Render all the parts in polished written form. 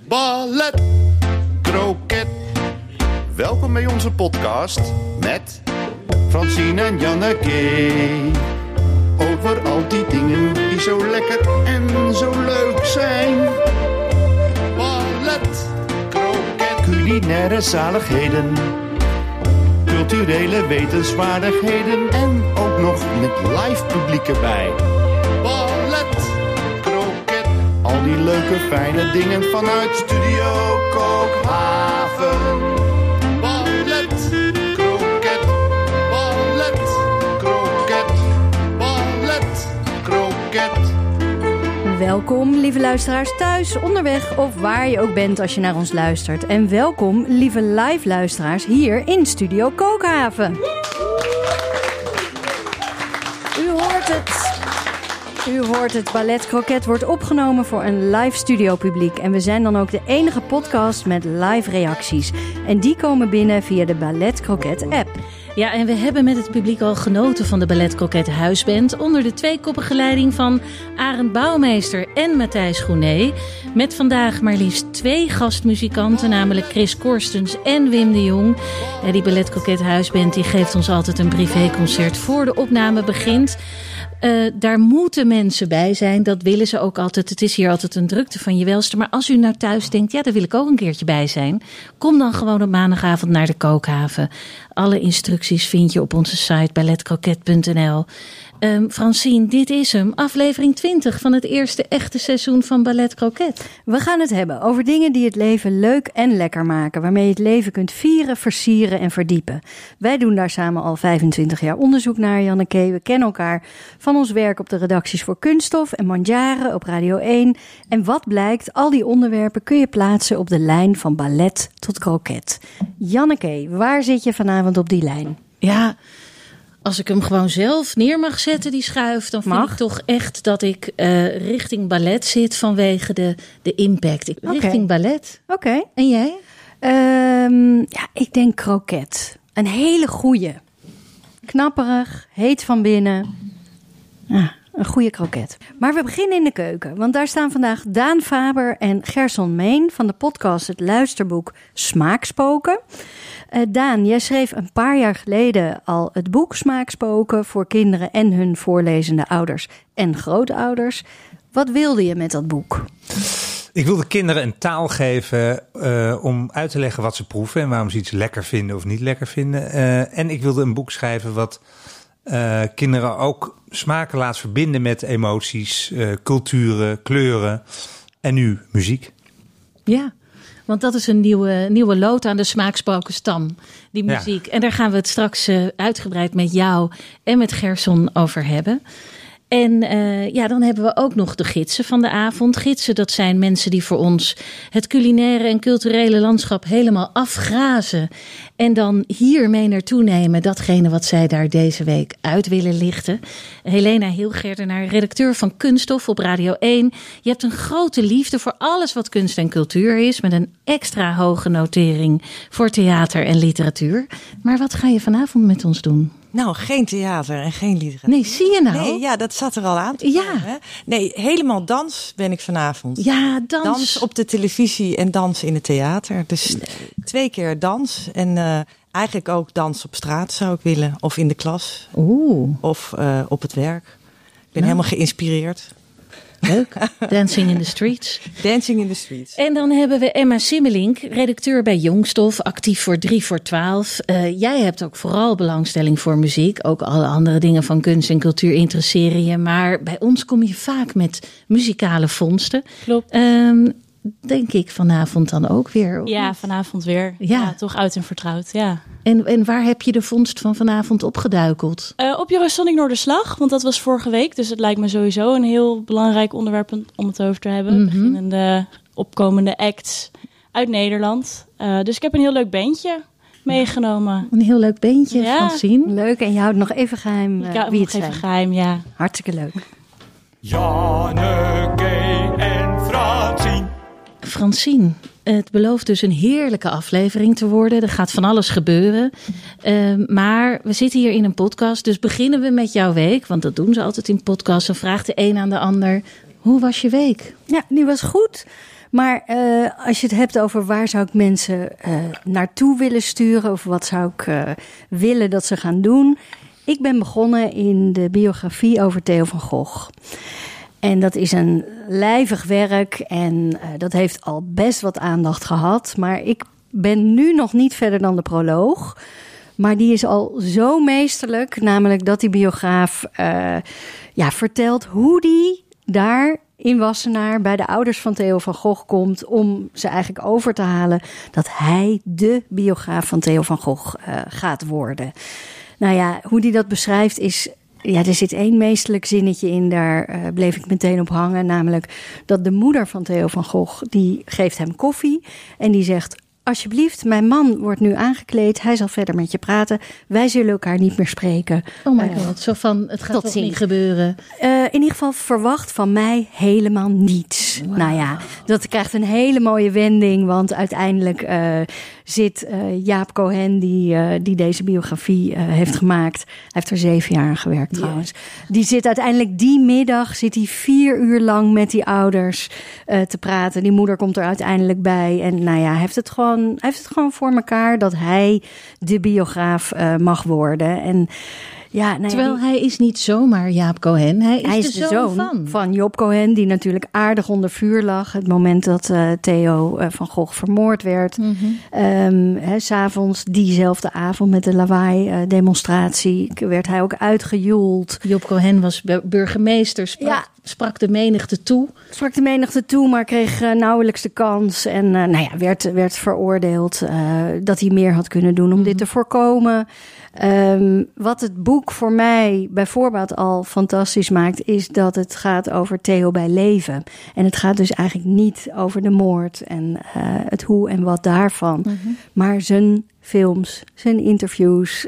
Ballet Croquet. Welkom bij onze podcast met Francine en Janneke. Over al die dingen die zo lekker en zo leuk zijn. Ballet Croquet. Culinaire zaligheden. Culturele wetenswaardigheden. En ook nog met live publiek erbij. Ballet Croquet. Al die leuke fijne dingen vanuit Studio Kookhaven. Ballet Croquet. Ballet Croquet. Ballet Croquet. Welkom, lieve luisteraars thuis, onderweg of waar je ook bent als je naar ons luistert. En welkom, lieve live luisteraars, hier in Studio Kookhaven. U hoort het. Ballet Croquet wordt opgenomen voor een live studiopubliek. En we zijn dan ook de enige podcast met live reacties. En die komen binnen via de Ballet Croquet app. Ja, en we hebben met het publiek al genoten van de Ballet Croquet huisband onder de tweekoppige leiding van Arend Bouwmeester en Matthijs Groenee. Met vandaag maar liefst 2 gastmuzikanten, namelijk Chris Korstens en Wim de Jong. En die Ballet Croquet huisband die geeft ons altijd een privéconcert voor de opname begint. Daar moeten mensen bij zijn, dat willen ze ook altijd. Het is hier altijd een drukte van je welste. Maar als u nou thuis denkt, ja, daar wil ik ook een keertje bij zijn. Kom dan gewoon op maandagavond naar de Kookhaven. Alle instructies vind je op onze site balletcroquet.nl. Francine, dit is hem. Aflevering 20 van het eerste echte seizoen van Ballet Croquet. We gaan het hebben over dingen die het leven leuk en lekker maken. Waarmee je het leven kunt vieren, versieren en verdiepen. Wij doen daar samen al 25 jaar onderzoek naar, Janneke. We kennen elkaar van ons werk op de redacties voor Kunststof en Mandjaren op Radio 1. En wat blijkt, al die onderwerpen kun je plaatsen op de lijn van ballet tot croquet. Janneke, waar zit je vanavond op die lijn? Ja, als ik hem gewoon zelf neer mag zetten, die schuif, dan vind ik toch echt dat ik richting ballet zit vanwege de impact. Richting ballet. Oké. En jij? Ja, ik denk croquet. Een hele goeie. Knapperig, heet van binnen. Ja, een goede croquet. Maar we beginnen in de keuken, want daar staan vandaag Daan Faber en Gerson Meen van de podcast Het Luisterboek Smaakspoken. Daan, jij schreef een paar jaar geleden al het boek Smaakspoken voor kinderen en hun voorlezende ouders en grootouders. Wat wilde je met dat boek? Ik wilde kinderen een taal geven om uit te leggen wat ze proeven en waarom ze iets lekker vinden of niet lekker vinden. En ik wilde een boek schrijven wat kinderen ook smaken laat verbinden met emoties, culturen, kleuren en nu muziek. Ja. Want dat is een nieuwe lood aan de Smaakspoken stam, die muziek. Ja. En daar gaan we het straks uitgebreid met jou en met Gerson over hebben. En dan hebben we ook nog de gidsen van de avond. Gidsen, dat zijn mensen die voor ons het culinaire en culturele landschap helemaal afgrazen. En dan hiermee naartoe nemen datgene wat zij daar deze week uit willen lichten. Helena Hilgerdenaar, redacteur van Kunststof op Radio 1. Je hebt een grote liefde voor alles wat kunst en cultuur is. Met een extra hoge notering voor theater en literatuur. Maar wat ga je vanavond met ons doen? Nou, geen theater en geen literatuur. Nee, zie je nou? Nee, ja, dat zat er al aan te komen, hè? Nee, helemaal dans ben ik vanavond. Ja, dans. Dans op de televisie en dans in het theater. Dus 2 keer dans en eigenlijk ook dans op straat zou ik willen. Of in de klas. Oeh. Of op het werk. Ik ben helemaal geïnspireerd. Leuk. Dancing in the Streets. Dancing in the Streets. En dan hebben we Emma Simmelink, redacteur bij Jongstof, actief voor 3 voor 12. Jij hebt ook vooral belangstelling voor muziek. Ook alle andere dingen van kunst en cultuur interesseren je. Maar bij ons kom je vaak met muzikale vondsten. Klopt. Denk ik vanavond dan ook weer. Ja, vanavond weer. Ja, toch oud en vertrouwd, ja. En waar heb je de vondst van vanavond opgeduikeld? Op Eurosonic Noorderslag, want dat was vorige week. Dus het lijkt me sowieso een heel belangrijk onderwerp om het over te hebben. Beginnende, opkomende acts uit Nederland. Dus ik heb een heel leuk bandje meegenomen. Een heel leuk bandje, Francine. Leuk, en je houdt nog even geheim wie het zijn. Even geheim, ja. Hartstikke leuk. Janneke en Francine. Francine, het belooft dus een heerlijke aflevering te worden. Er gaat van alles gebeuren. Maar we zitten hier in een podcast, dus beginnen we met jouw week. Want dat doen ze altijd in podcasts. Dan vraagt de een aan de ander, hoe was je week? Ja, die was goed. Maar als je het hebt over waar zou ik mensen naartoe willen sturen... of wat zou ik willen dat ze gaan doen... Ik ben begonnen in de biografie over Theo van Gogh. En dat is een lijvig werk en dat heeft al best wat aandacht gehad. Maar ik ben nu nog niet verder dan de proloog. Maar die is al zo meesterlijk, namelijk dat die biograaf vertelt hoe die daar in Wassenaar bij de ouders van Theo van Gogh komt om ze eigenlijk over te halen dat hij de biograaf van Theo van Gogh gaat worden. Nou ja, hoe die dat beschrijft is... Ja, er zit één meesterlijk zinnetje in, daar bleef ik meteen op hangen. Namelijk dat de moeder van Theo van Gogh, die geeft hem koffie. En die zegt, alsjeblieft, mijn man wordt nu aangekleed. Hij zal verder met je praten. Wij zullen elkaar niet meer spreken. Oh my god, zo van, het gaat toch niet gebeuren? In ieder geval verwacht van mij helemaal niets. Wow. Nou ja, dat krijgt een hele mooie wending. Want uiteindelijk zit Jaap Cohen, die deze biografie heeft gemaakt. Hij heeft er 7 jaar aan gewerkt trouwens. Die zit uiteindelijk die middag, zit hij 4 uur lang met die ouders te praten. Die moeder komt er uiteindelijk bij. En nou ja, hij heeft het gewoon voor elkaar dat hij de biograaf mag worden. En ja, terwijl hij is niet zomaar Jaap Cohen. Hij is de zoon van Job Cohen, die natuurlijk aardig onder vuur lag. Het moment dat Theo van Gogh vermoord werd. Mm-hmm. 's Avonds, diezelfde avond met de lawaai-demonstratie, werd hij ook uitgejoeld. Job Cohen was burgemeester, sprak de menigte toe. Sprak de menigte toe, maar kreeg nauwelijks de kans. En werd veroordeeld dat hij meer had kunnen doen om dit te voorkomen. Wat het boek voor mij bij voorbaat al fantastisch maakt, is dat het gaat over Theo bij leven. En het gaat dus eigenlijk niet over de moord en het hoe en wat daarvan. Mm-hmm. Maar zijn films, zijn interviews,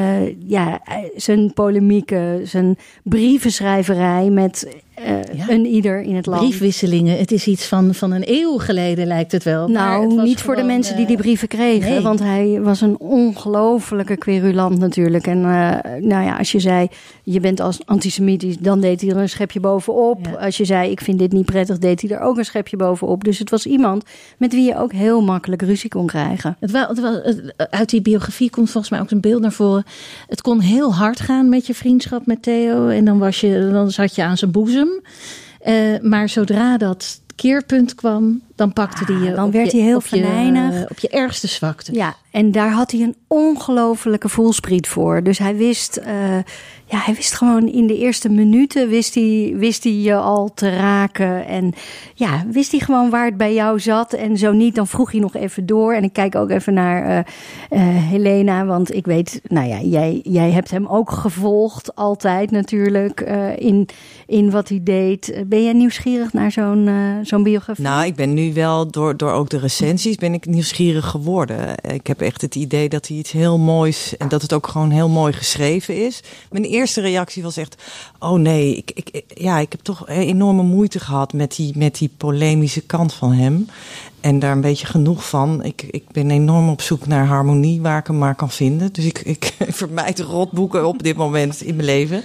zijn polemieken, zijn brievenschrijverij met een ieder in het land. Briefwisselingen, het is iets van een eeuw geleden lijkt het wel. Nou, het niet voor de mensen die brieven kregen. Nee. Want hij was een ongelofelijke querulant natuurlijk. En als je zei, je bent als antisemitisch, dan deed hij er een schepje bovenop. Ja. Als je zei, ik vind dit niet prettig, deed hij er ook een schepje bovenop. Dus het was iemand met wie je ook heel makkelijk ruzie kon krijgen. Uit die biografie komt volgens mij ook een beeld naar voren. Het kon heel hard gaan met je vriendschap met Theo. En dan zat je aan zijn boezem. Maar zodra dat keerpunt kwam, dan pakte hij je. Dan werd hij heel venijnig. Op je ergste zwakte. Ja, en daar had hij een ongelofelijke voelspriet voor. Dus hij wist gewoon in de eerste minuten wist hij je al te raken. En ja, wist hij gewoon waar het bij jou zat. En zo niet, dan vroeg hij nog even door. En ik kijk ook even naar Helena. Want ik weet, jij hebt hem ook gevolgd. Altijd natuurlijk. In wat hij deed. Ben jij nieuwsgierig naar zo'n biografie? Nou, ik ben nu wel, door ook de recensies, ben ik nieuwsgierig geworden. Ik heb echt het idee dat hij iets heel moois, en dat het ook gewoon heel mooi geschreven is. Mijn eerste reactie was echt, oh nee, ik heb toch enorme moeite gehad met die polemische kant van hem. En daar een beetje genoeg van. Ik ben enorm op zoek naar harmonie waar ik hem maar kan vinden. Dus ik vermijd rotboeken op dit moment in mijn leven.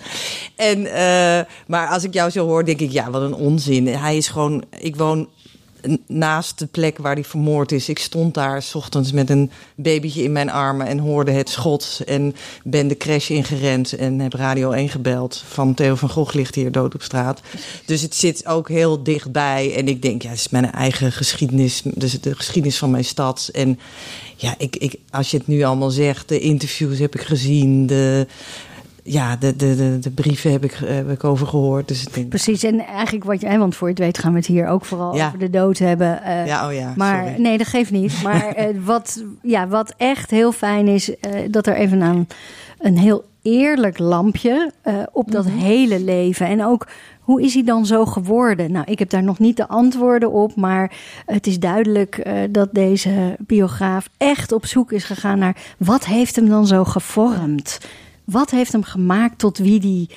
Maar als ik jou zo hoor, denk ik, ja, wat een onzin. Hij is gewoon, ik woon naast de plek waar hij vermoord is. Ik stond daar 's ochtends met een babytje in mijn armen en hoorde het schot. En ben de crash ingerend en heb Radio 1 gebeld. Van Theo van Gogh ligt hier dood op straat. Dus het zit ook heel dichtbij. En ik denk, ja, het is mijn eigen geschiedenis. Dus de geschiedenis van mijn stad. En ja, als je het nu allemaal zegt, de interviews heb ik gezien, de brieven heb ik over gehoord. Dus precies, en eigenlijk want voor je het weet gaan we het hier ook vooral over de dood hebben. Maar sorry. Nee, dat geeft niet. Maar wat echt heel fijn is, dat er even een heel eerlijk lampje op dat hele leven. En ook, hoe is hij dan zo geworden? Nou, ik heb daar nog niet de antwoorden op, maar het is duidelijk dat deze biograaf echt op zoek is gegaan naar wat heeft hem dan zo gevormd? Wat heeft hem gemaakt tot wie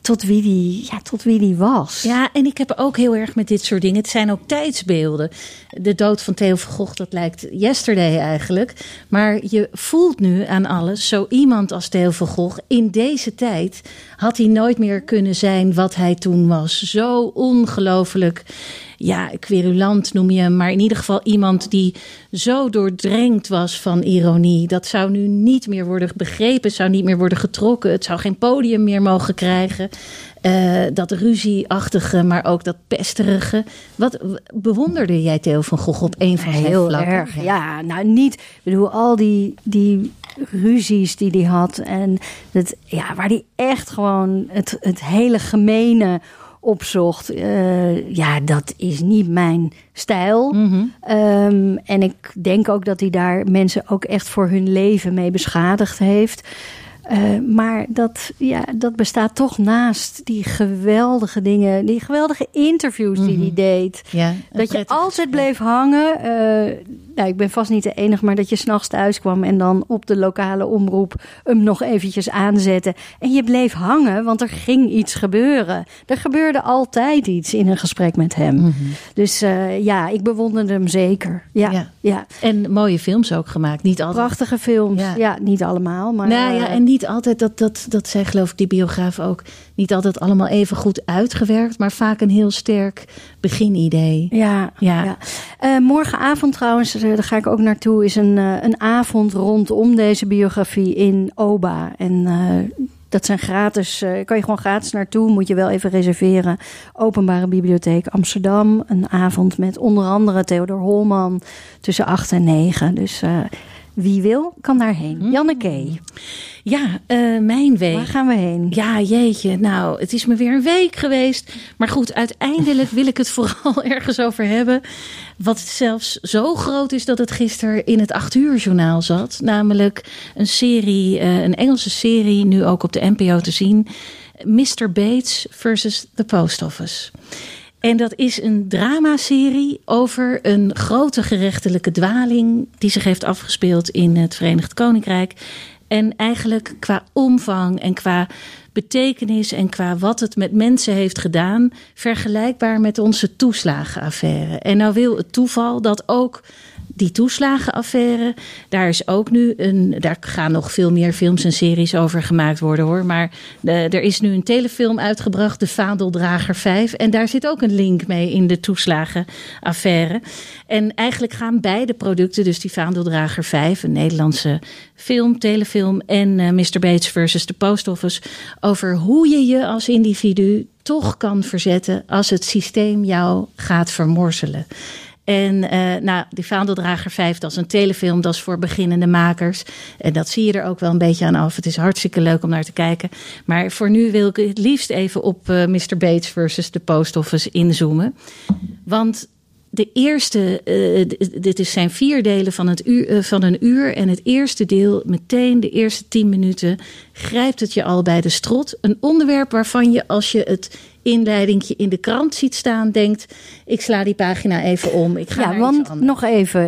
die was? Ja, en ik heb ook heel erg met dit soort dingen. Het zijn ook tijdsbeelden. De dood van Theo van Gogh, dat lijkt yesterday eigenlijk. Maar je voelt nu aan alles. Zo iemand als Theo van Gogh in deze tijd had hij nooit meer kunnen zijn wat hij toen was. Zo ongelooflijk. querulant noem je hem, maar in ieder geval iemand die zo doordrenkt was van ironie. Dat zou nu niet meer worden begrepen, het zou niet meer worden getrokken, het zou geen podium meer mogen krijgen. Dat ruzieachtige, maar ook dat pesterige. Wat bewonderde jij Theo van Gogh op een van zijn vlakken? Heel erg, ja. Nou, niet, ik bedoel, al die ruzies die hij had en waar hij echt gewoon het hele gemene opzocht. Dat is niet mijn stijl. Mm-hmm. En ik denk ook dat hij daar mensen ook echt voor hun leven mee beschadigd heeft. Maar dat bestaat toch naast die geweldige dingen, die geweldige interviews die hij deed. Ja, dat je altijd bleef hangen. Ik ben vast niet de enige, maar dat je 's nachts thuis kwam en dan op de lokale omroep hem nog eventjes aanzette. En je bleef hangen, want er ging iets gebeuren. Er gebeurde altijd iets in een gesprek met hem. Mm-hmm. Dus ik bewonderde hem zeker. Ja. En mooie films ook gemaakt. Niet altijd. Prachtige films. Ja, niet allemaal. Maar, en niet altijd, dat zei geloof ik die biograaf ook, niet altijd allemaal even goed uitgewerkt, maar vaak een heel sterk beginidee. Ja. Morgenavond trouwens, daar ga ik ook naartoe, is een avond rondom deze biografie in Oba. En dat zijn gratis, kan je gewoon gratis naartoe, moet je wel even reserveren. Openbare Bibliotheek Amsterdam. Een avond met onder andere Theodor Holman tussen 8 en 9. Dus wie wil, kan daarheen. Janneke. Ja, mijn week. Waar gaan we heen? Ja, jeetje. Nou, het is me weer een week geweest. Maar goed, uiteindelijk wil ik het vooral ergens over hebben. Wat zelfs zo groot is dat het gisteren in het 8-uur-journaal zat. Namelijk een serie, een Engelse serie, nu ook op de NPO te zien. Mr. Bates versus The Post Office. En dat is een dramaserie over een grote gerechtelijke dwaling die zich heeft afgespeeld in het Verenigd Koninkrijk. En eigenlijk qua omvang en qua betekenis en qua wat het met mensen heeft gedaan, vergelijkbaar met onze toeslagenaffaire. En nou wil het toeval dat ook die toeslagenaffaire, daar gaan nog veel meer films en series over gemaakt worden hoor. Maar er is nu een telefilm uitgebracht, De Vaandeldrager 5. En daar zit ook een link mee in de toeslagenaffaire. En eigenlijk gaan beide producten, dus die Vaandeldrager 5, een Nederlandse film, telefilm, en Mr. Bates versus The Post Office, over hoe je je als individu toch kan verzetten als het systeem jou gaat vermorzelen. En die Vaandeldrager 5, dat is een telefilm, dat is voor beginnende makers. En dat zie je er ook wel een beetje aan af. Het is hartstikke leuk om naar te kijken. Maar voor nu wil ik het liefst even op Mr. Bates versus The Post Office inzoomen. Want de eerste, dit zijn 4 delen van een uur. En het eerste deel, meteen de eerste 10 minuten, grijpt het je al bij de strot. Een onderwerp waarvan je, als je het inleidingje in de krant ziet staan, denkt, ik sla die pagina even om. Ik ga naar iets anders. Nog even,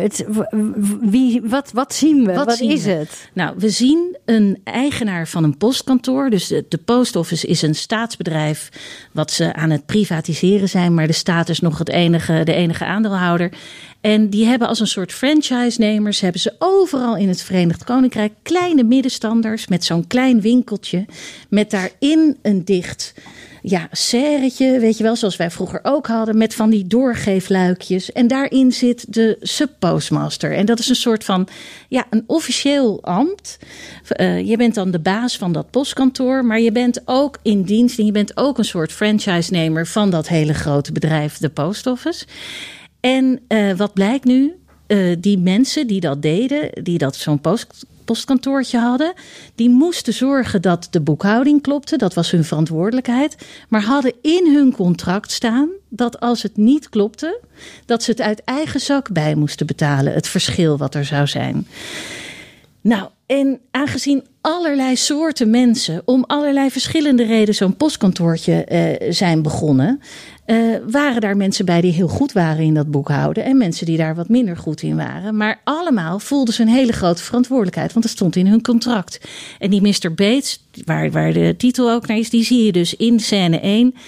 wat zien we? Wat is het? Nou, we zien een eigenaar van een postkantoor. Dus de Post Office is een staatsbedrijf wat ze aan het privatiseren zijn, maar de staat is nog de enige aandeelhouder. En die hebben als een soort franchise-nemers, hebben ze overal in het Verenigd Koninkrijk kleine middenstanders met zo'n klein winkeltje, met daarin een dicht serretje, weet je wel, zoals wij vroeger ook hadden, met van die doorgeefluikjes. En daarin zit de subpostmaster. En dat is een soort van, een officieel ambt. Je bent dan de baas van dat postkantoor, maar je bent ook in dienst en je bent ook een soort franchise-nemer van dat hele grote bedrijf, de Post Office. En wat blijkt nu? Die mensen die dat deden, die dat zo'n postkantoortje hadden, die moesten zorgen dat de boekhouding klopte. Dat was hun verantwoordelijkheid. Maar hadden in hun contract staan dat als het niet klopte, dat ze het uit eigen zak bij moesten betalen. Het verschil wat er zou zijn. Nou, en aangezien allerlei soorten mensen om allerlei verschillende redenen zo'n postkantoortje zijn begonnen, waren daar mensen bij die heel goed waren in dat boekhouden en mensen die daar wat minder goed in waren. Maar allemaal voelden ze een hele grote verantwoordelijkheid, want het stond in hun contract. En die Mr. Bates, waar de titel ook naar is, die zie je dus in scène 1.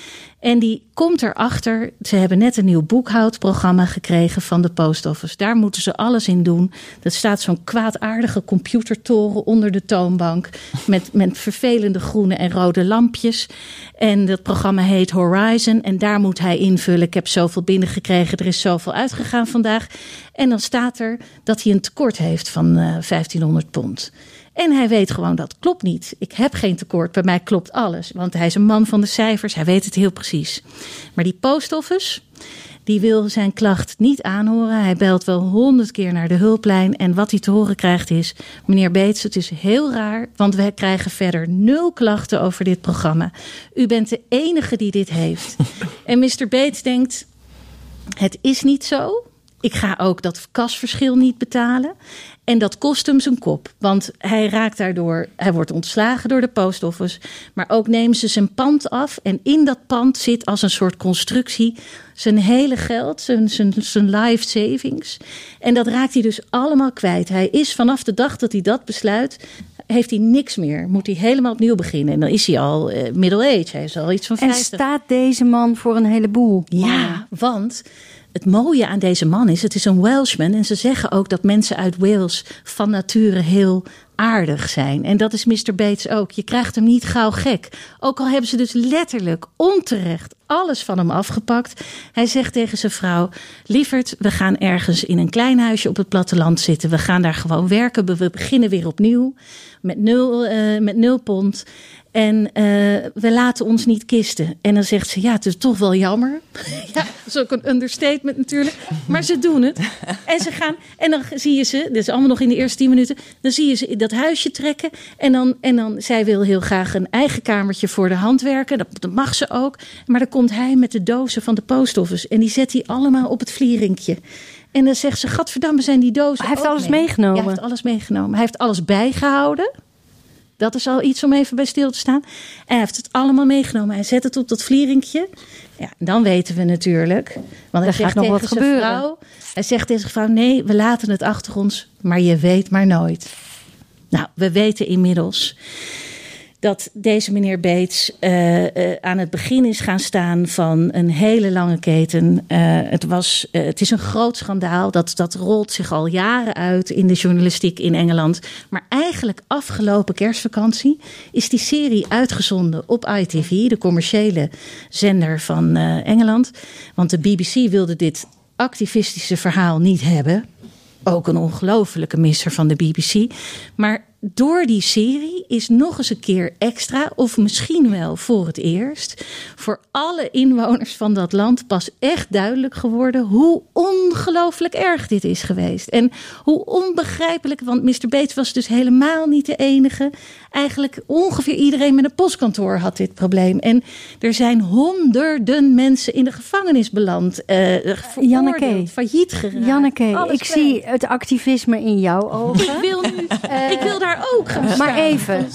En die komt erachter, ze hebben net een nieuw boekhoudprogramma gekregen van de Post Office. Daar moeten ze alles in doen. Er staat zo'n kwaadaardige computertoren onder de toonbank met vervelende groene en rode lampjes. En dat programma heet Horizon en daar moet hij invullen. Ik heb zoveel binnengekregen, er is zoveel uitgegaan vandaag. En dan staat er dat hij een tekort heeft van 1500 pond. En hij weet gewoon, dat klopt niet. Ik heb geen tekort, bij mij klopt alles. Want hij is een man van de cijfers, hij weet het heel precies. Maar die Post Office, die wil zijn klacht niet aanhoren. Hij belt wel 100 keer naar de hulplijn. En wat hij te horen krijgt is, meneer Beets, het is heel raar, want wij krijgen verder 0 klachten over dit programma. U bent de enige die dit heeft. En Mr. Beets denkt, het is niet zo. Ik ga ook dat kasverschil niet betalen. En dat kost hem zijn kop. Want hij raakt daardoor, hij wordt ontslagen door de Post Office. Maar ook nemen ze zijn pand af. En in dat pand zit als een soort constructie zijn hele geld, zijn life savings. En dat raakt hij dus allemaal kwijt. Hij is vanaf de dag dat hij dat besluit, heeft hij niks meer. Moet hij helemaal opnieuw beginnen. En dan is hij al middle age. Hij is al iets van 50. En staat deze man voor een heleboel? Ja, want het mooie aan deze man is, het is een Welshman. En ze zeggen ook dat mensen uit Wales van nature heel aardig zijn. En dat is Mr. Bates ook. Je krijgt hem niet gauw gek. Ook al hebben ze dus letterlijk onterecht alles van hem afgepakt. Hij zegt tegen zijn vrouw, lieverd, we gaan ergens in een klein huisje op het platteland zitten. We gaan daar gewoon werken. We beginnen weer opnieuw met 0 pond. En we laten ons niet kisten. En dan zegt ze, ja, het is toch wel jammer. Ja, dat is ook een understatement natuurlijk. Maar ze doen het. En ze gaan, en dan zie je ze, dit is allemaal nog in de eerste 10 minuten. Dan zie je ze in dat huisje trekken. En dan zij wil heel graag een eigen kamertje voor de hand werken. Dat mag ze ook. Maar dan komt hij met de dozen van de Post Office. En die zet hij allemaal op het vlierinkje. En dan zegt ze, gadverdamme, zijn die dozen. Hij heeft alles meegenomen. Ja, hij heeft alles meegenomen. Hij heeft alles bijgehouden. Dat is al iets om even bij stil te staan. En hij heeft het allemaal meegenomen. Hij zet het op dat vlierinkje. Ja, dan weten we natuurlijk. Want hij zegt nog wat gebeuren. Hij zegt tegen zijn vrouw, nee, we laten het achter ons. Maar je weet maar nooit. Nou, we weten inmiddels dat deze meneer Bates aan het begin is gaan staan van een hele lange keten. Het is een groot schandaal. Dat rolt zich al jaren uit in de journalistiek in Engeland. Maar eigenlijk afgelopen kerstvakantie is die serie uitgezonden op ITV, de commerciële zender van Engeland. Want de BBC wilde dit activistische verhaal niet hebben. Ook een ongelofelijke misser van de BBC. Maar door die serie is nog eens een keer extra, of misschien wel voor het eerst, voor alle inwoners van dat land pas echt duidelijk geworden hoe ongelooflijk erg dit is geweest. En hoe onbegrijpelijk, want Mr. Bates was dus helemaal niet de enige. Eigenlijk ongeveer iedereen met een postkantoor had dit probleem. En er zijn honderden mensen in de gevangenis beland. Janneke, failliet geraakt. Janneke, ik zie het activisme in jouw ogen. Ik wil daar ook gaan staan. Maar even,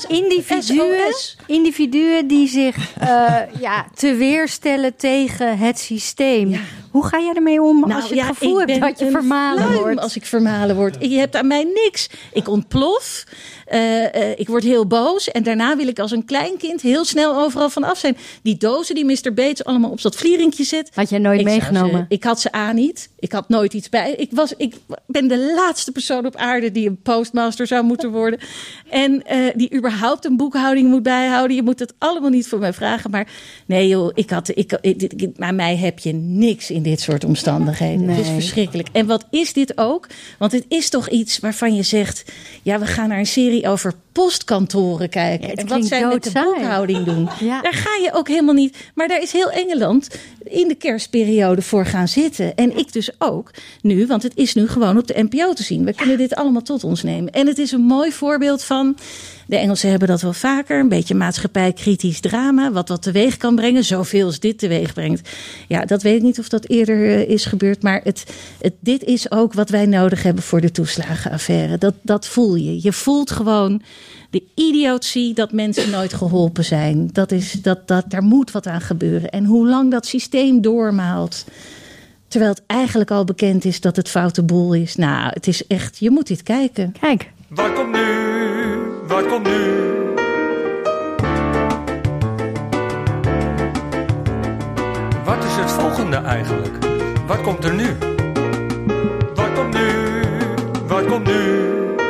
individuen die zich te weerstellen tegen het systeem. Ja. Hoe ga jij ermee om als je het gevoel hebt dat je vermalen wordt? Als ik vermalen word. Je hebt aan mij niks. Ik ontplof. Ik word heel boos. En daarna wil ik als een klein kind heel snel overal van af zijn. Die dozen die Mr. Bates allemaal op dat vlierinkje zet. Had jij nooit meegenomen? Ik had ze niet. Ik had nooit iets bij. Ik ben de laatste persoon op aarde die een postmaster zou moeten worden. En die überhaupt een boekhouding moet bijhouden. Je moet het allemaal niet voor mij vragen. Maar nee joh, aan mij heb je niks in dit soort omstandigheden. Nee. Het is verschrikkelijk. En wat is dit ook? Want het is toch iets waarvan je zegt, ja, we gaan naar een serie over postkantoren kijken. Ja, en wat zij met de boekhouding doen. Ja. Daar ga je ook helemaal niet. Maar daar is heel Engeland in de kerstperiode voor gaan zitten. En ik dus ook nu, want het is nu gewoon op de NPO te zien. We kunnen dit allemaal tot ons nemen. En het is een mooi voorbeeld van, de Engelsen hebben dat wel vaker, een beetje maatschappijkritisch drama, wat teweeg kan brengen, zoveel als dit teweeg brengt. Ja, dat weet ik niet of dat eerder is gebeurd, maar dit is ook wat wij nodig hebben voor de toeslagenaffaire. Dat voel je. Je voelt gewoon de idiotie dat mensen nooit geholpen zijn. Daar moet wat aan gebeuren. En hoe lang dat systeem doormaalt, terwijl het eigenlijk al bekend is dat het foute boel is. Nou, het is echt, je moet dit kijken. Kijk. Waar komt nu? Waar komt nu? volgende eigenlijk? Wat komt er nu? Wat komt nu? Wat komt nu?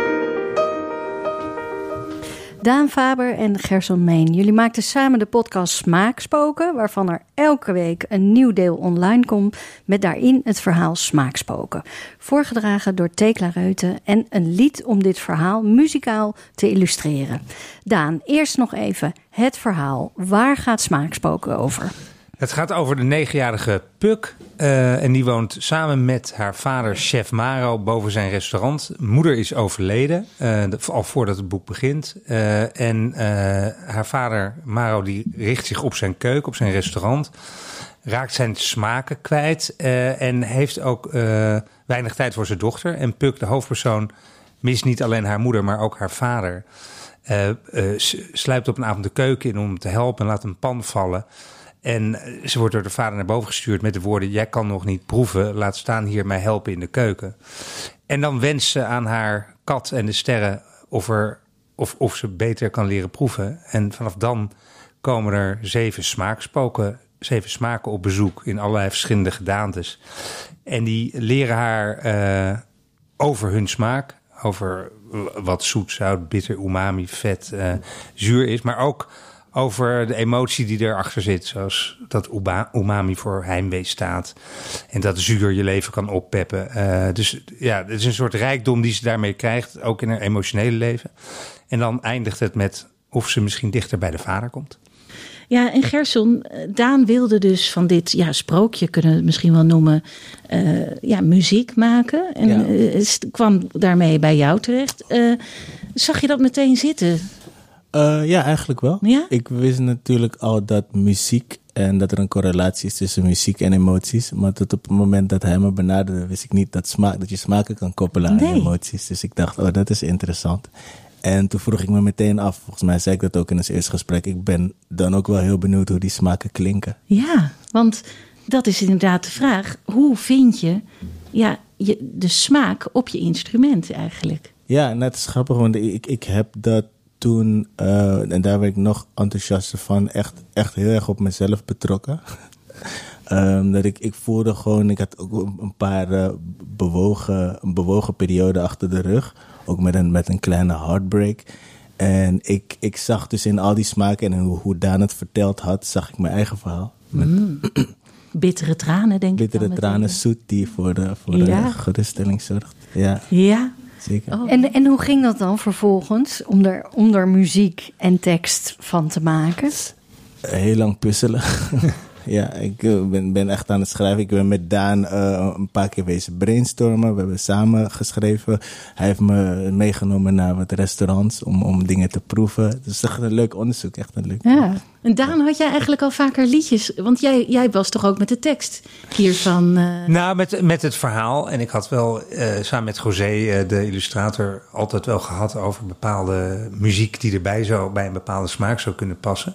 Daan Faber en Gerson Meen, jullie maakten samen de podcast Smaakspoken, waarvan er elke week een nieuw deel online komt met daarin het verhaal Smaakspoken. Voorgedragen door Thekla Reuten en een lied om dit verhaal muzikaal te illustreren. Daan, eerst nog even het verhaal. Waar gaat Smaakspoken over? Het gaat over de 9-jarige Puk. En die woont samen met haar vader, chef Maro, boven zijn restaurant. Moeder is overleden, al voordat het boek begint. En haar vader, Maro, die richt zich op zijn keuken, op zijn restaurant. Raakt zijn smaken kwijt. En heeft ook weinig tijd voor zijn dochter. En Puk, de hoofdpersoon, mist niet alleen haar moeder, maar ook haar vader. Sluipt op een avond de keuken in om hem te helpen en laat een pan vallen. En ze wordt door de vader naar boven gestuurd met de woorden: jij kan nog niet proeven, laat staan hier mij helpen in de keuken. En dan wenst ze aan haar kat en de sterren of ze beter kan leren proeven. En vanaf dan komen er 7 smaken op bezoek in allerlei verschillende gedaantes. En die leren haar over hun smaak, over wat zoet, zout, bitter, umami, vet, zuur is, maar ook over de emotie die erachter zit. Zoals dat umami voor heimwee staat. En dat zuur je leven kan oppeppen. Dus ja, het is een soort rijkdom die ze daarmee krijgt. Ook in haar emotionele leven. En dan eindigt het met of ze misschien dichter bij de vader komt. Ja, en Gerson, Daan wilde dus van dit sprookje, kunnen we het misschien wel noemen, muziek maken. En kwam daarmee bij jou terecht. Zag je dat meteen zitten? Ja, eigenlijk wel. Ja? Ik wist natuurlijk al dat muziek en dat er een correlatie is tussen muziek en emoties. Maar tot op het moment dat hij me benaderde, wist ik niet dat je smaken kan koppelen aan emoties. Dus ik dacht, dat is interessant. En toen vroeg ik me meteen af, volgens mij zei ik dat ook in ons eerste gesprek, ik ben dan ook wel heel benieuwd hoe die smaken klinken. Ja, want dat is inderdaad de vraag. Hoe vind je de smaak op je instrument eigenlijk? Ja, en dat is grappig, want ik heb dat toen, en daar werd ik nog enthousiaster van, echt heel erg op mezelf betrokken. Dat ik voelde gewoon, ik had ook een paar bewogen periode achter de rug. Ook met een kleine heartbreak. En ik zag dus in al die smaken en hoe Daan het verteld had, zag ik mijn eigen verhaal. Bittere tranen, denk ik. Bittere tranen, zoet, die voor de geruststelling zorgt. Ja. Zeker. Oh. En hoe ging dat dan vervolgens om er muziek en tekst van te maken? Heel lang puzzelen. Ja, ik ben echt aan het schrijven. Ik ben met Daan een paar keer wezen brainstormen. We hebben samen geschreven. Hij heeft me meegenomen naar wat restaurants om dingen te proeven. Het is echt een leuk onderzoek. Echt een leuk. Ja. En Daan, had jij eigenlijk al vaker liedjes? Want jij was toch ook met de tekst hiervan? Nou, met het verhaal. En ik had wel samen met José, de illustrator, altijd wel gehad over bepaalde muziek die erbij bij een bepaalde smaak zou kunnen passen.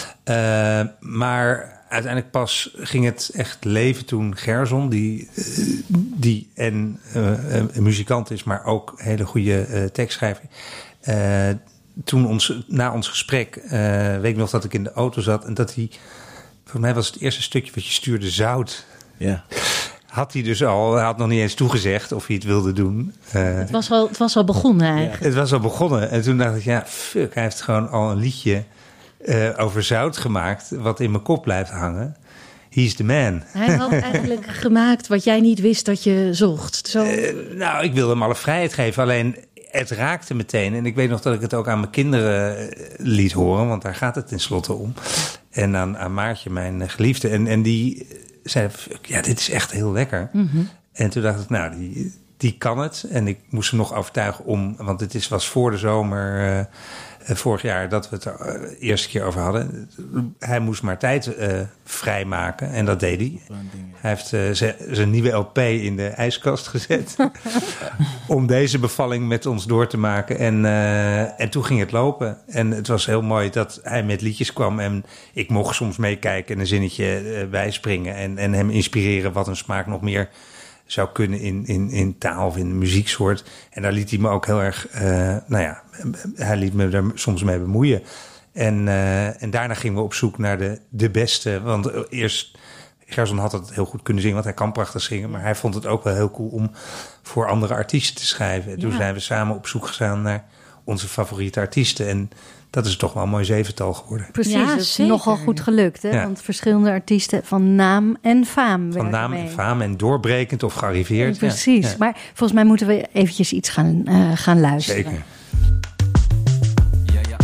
Maar uiteindelijk pas ging het echt leven toen Gerson, die een muzikant is, maar ook een hele goede tekstschrijver. Toen na ons gesprek, weet ik nog dat ik in de auto zat en dat hij, voor mij was het eerste stukje wat je stuurde, zout. Ja. Had hij dus al, hij had nog niet eens toegezegd of hij het wilde doen. Het was al begonnen eigenlijk. Ja, het was al begonnen. En toen dacht ik, hij heeft gewoon al een liedje over zout gemaakt, wat in mijn kop blijft hangen. He's the man. Hij had eigenlijk gemaakt wat jij niet wist dat je zocht. Zo. Nou, ik wilde hem alle vrijheid geven. Alleen, het raakte meteen. En ik weet nog dat ik het ook aan mijn kinderen liet horen. Want daar gaat het tenslotte om. En aan Maartje, mijn geliefde. En die zei, dit is echt heel lekker. Mm-hmm. En toen dacht ik, die kan het. En ik moest hem nog overtuigen want het was voor de zomer vorig jaar dat we het er eerste keer over hadden. Hij moest maar tijd vrijmaken en dat deed hij. Hij heeft zijn nieuwe LP in de ijskast gezet om deze bevalling met ons door te maken. En toen ging het lopen. En het was heel mooi dat hij met liedjes kwam en ik mocht soms meekijken en een zinnetje bijspringen en hem inspireren wat een smaak nog meer zou kunnen in taal of in muzieksoort. En daar liet hij me ook heel erg, hij liet me er soms mee bemoeien. En daarna gingen we op zoek naar de beste. Want eerst Gerson had het heel goed kunnen zingen, want hij kan prachtig zingen. Maar hij vond het ook wel heel cool om voor andere artiesten te schrijven. En toen zijn we samen op zoek gegaan naar onze favoriete artiesten. En dat is toch wel een mooi zevental geworden. Precies, Ja, dat is zeker. nogal goed gelukt. Hè? Ja. Want verschillende artiesten van naam en faam Van werken naam mee. en faam en doorbrekend of gearriveerd. Precies, Ja. maar volgens mij moeten we eventjes iets gaan luisteren. Zeker. Ja, ja.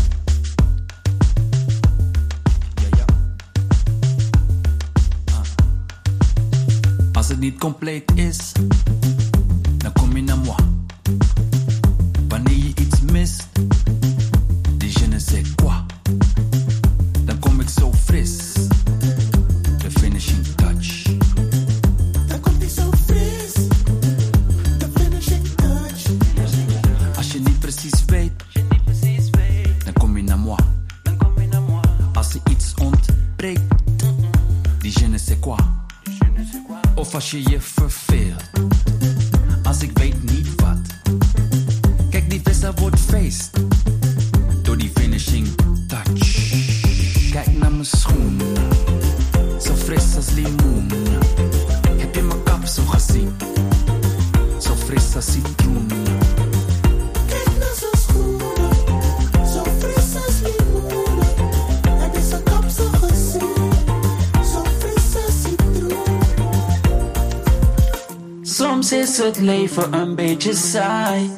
Ja, ja. Als het niet compleet is, dan kom je naar moi. Wanneer je iets mist, die je ne sais quoi, dan kom ik zo fris. De finishing touch. Dan komt hij zo fris. De finishing touch. Als je niet precies weet, dan kom je naar moi. Als er iets ontbreekt, die je ne sais quoi. Of als je je verveelt, als ik weet niet wat. Kijk, die vissa wordt feest door die finishing touch. Kijk naar mijn schoenen, zo fris als limoen. Heb je mijn kapsel gezien? Zo fris als citroen. Kijk naar zijn schoenen, zo fris als limoen. Heb je zijn kapsel gezien? Zo fris als citroen. Soms is het leven een beetje saai.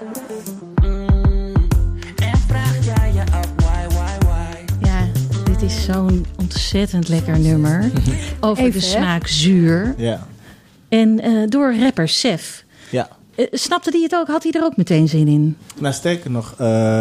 En vraag jij je af why. Ja, dit is zo'n ontzettend lekker nummer. Over Even, de hè? smaak zuur. Ja. En door rapper Sef. Ja. Snapte hij het ook? Had hij er ook meteen zin in? Nou, sterker nog,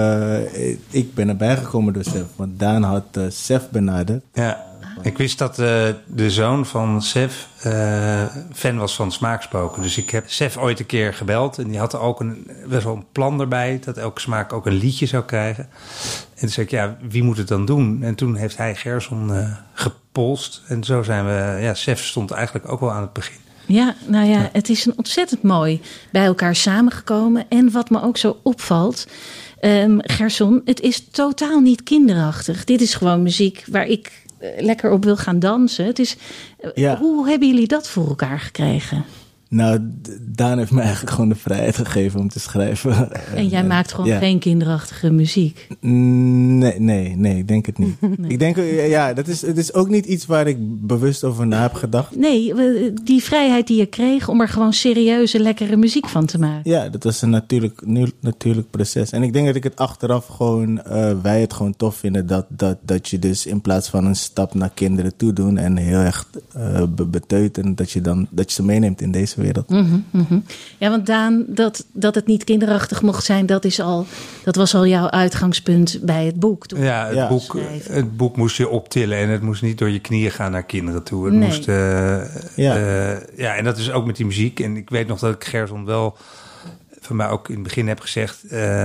ik ben erbij gekomen door Sef. Want Daan had Sef benaderd. Ja. Ik wist dat de zoon van Sef fan was van Smaakspoken. Dus ik heb Sef ooit een keer gebeld. En die had er ook best wel een plan erbij. Dat elke smaak ook een liedje zou krijgen. En toen zei ik, ja, wie moet het dan doen? En toen heeft hij Gerson gepolst. En zo zijn we... Ja, Sef stond eigenlijk ook wel aan het begin. Ja, nou ja, het is een ontzettend mooi bij elkaar samengekomen. En wat me ook zo opvalt, Gerson, het is totaal niet kinderachtig. Dit is gewoon muziek waar ik lekker op wil gaan dansen. Het is, Ja. Hoe hebben jullie dat voor elkaar gekregen? Nou, Daan heeft me eigenlijk gewoon de vrijheid gegeven om te schrijven. En jij maakt gewoon ja. geen kinderachtige muziek. Nee, ik denk het niet. Nee. Ik denk, ja, het is ook niet iets waar ik bewust over na heb gedacht. Nee, die vrijheid die je kreeg om er gewoon serieuze, lekkere muziek van te maken. Ja, dat was een natuurlijk proces. En ik denk dat ik het achteraf gewoon, wij het gewoon tof vinden dat je dus in plaats van een stap naar kinderen toe doen en heel erg beteuteren, dat je ze meeneemt in deze wereld. Ja, want Daan, dat het niet kinderachtig mocht zijn, dat was al jouw uitgangspunt bij het boek. Toen Ja, Ja. het boek moest je optillen en het moest niet door je knieën gaan naar kinderen toe. Het Nee. moest, ja, en dat is ook met die muziek. En ik weet nog dat ik Gerson wel van mij ook in het begin heb gezegd,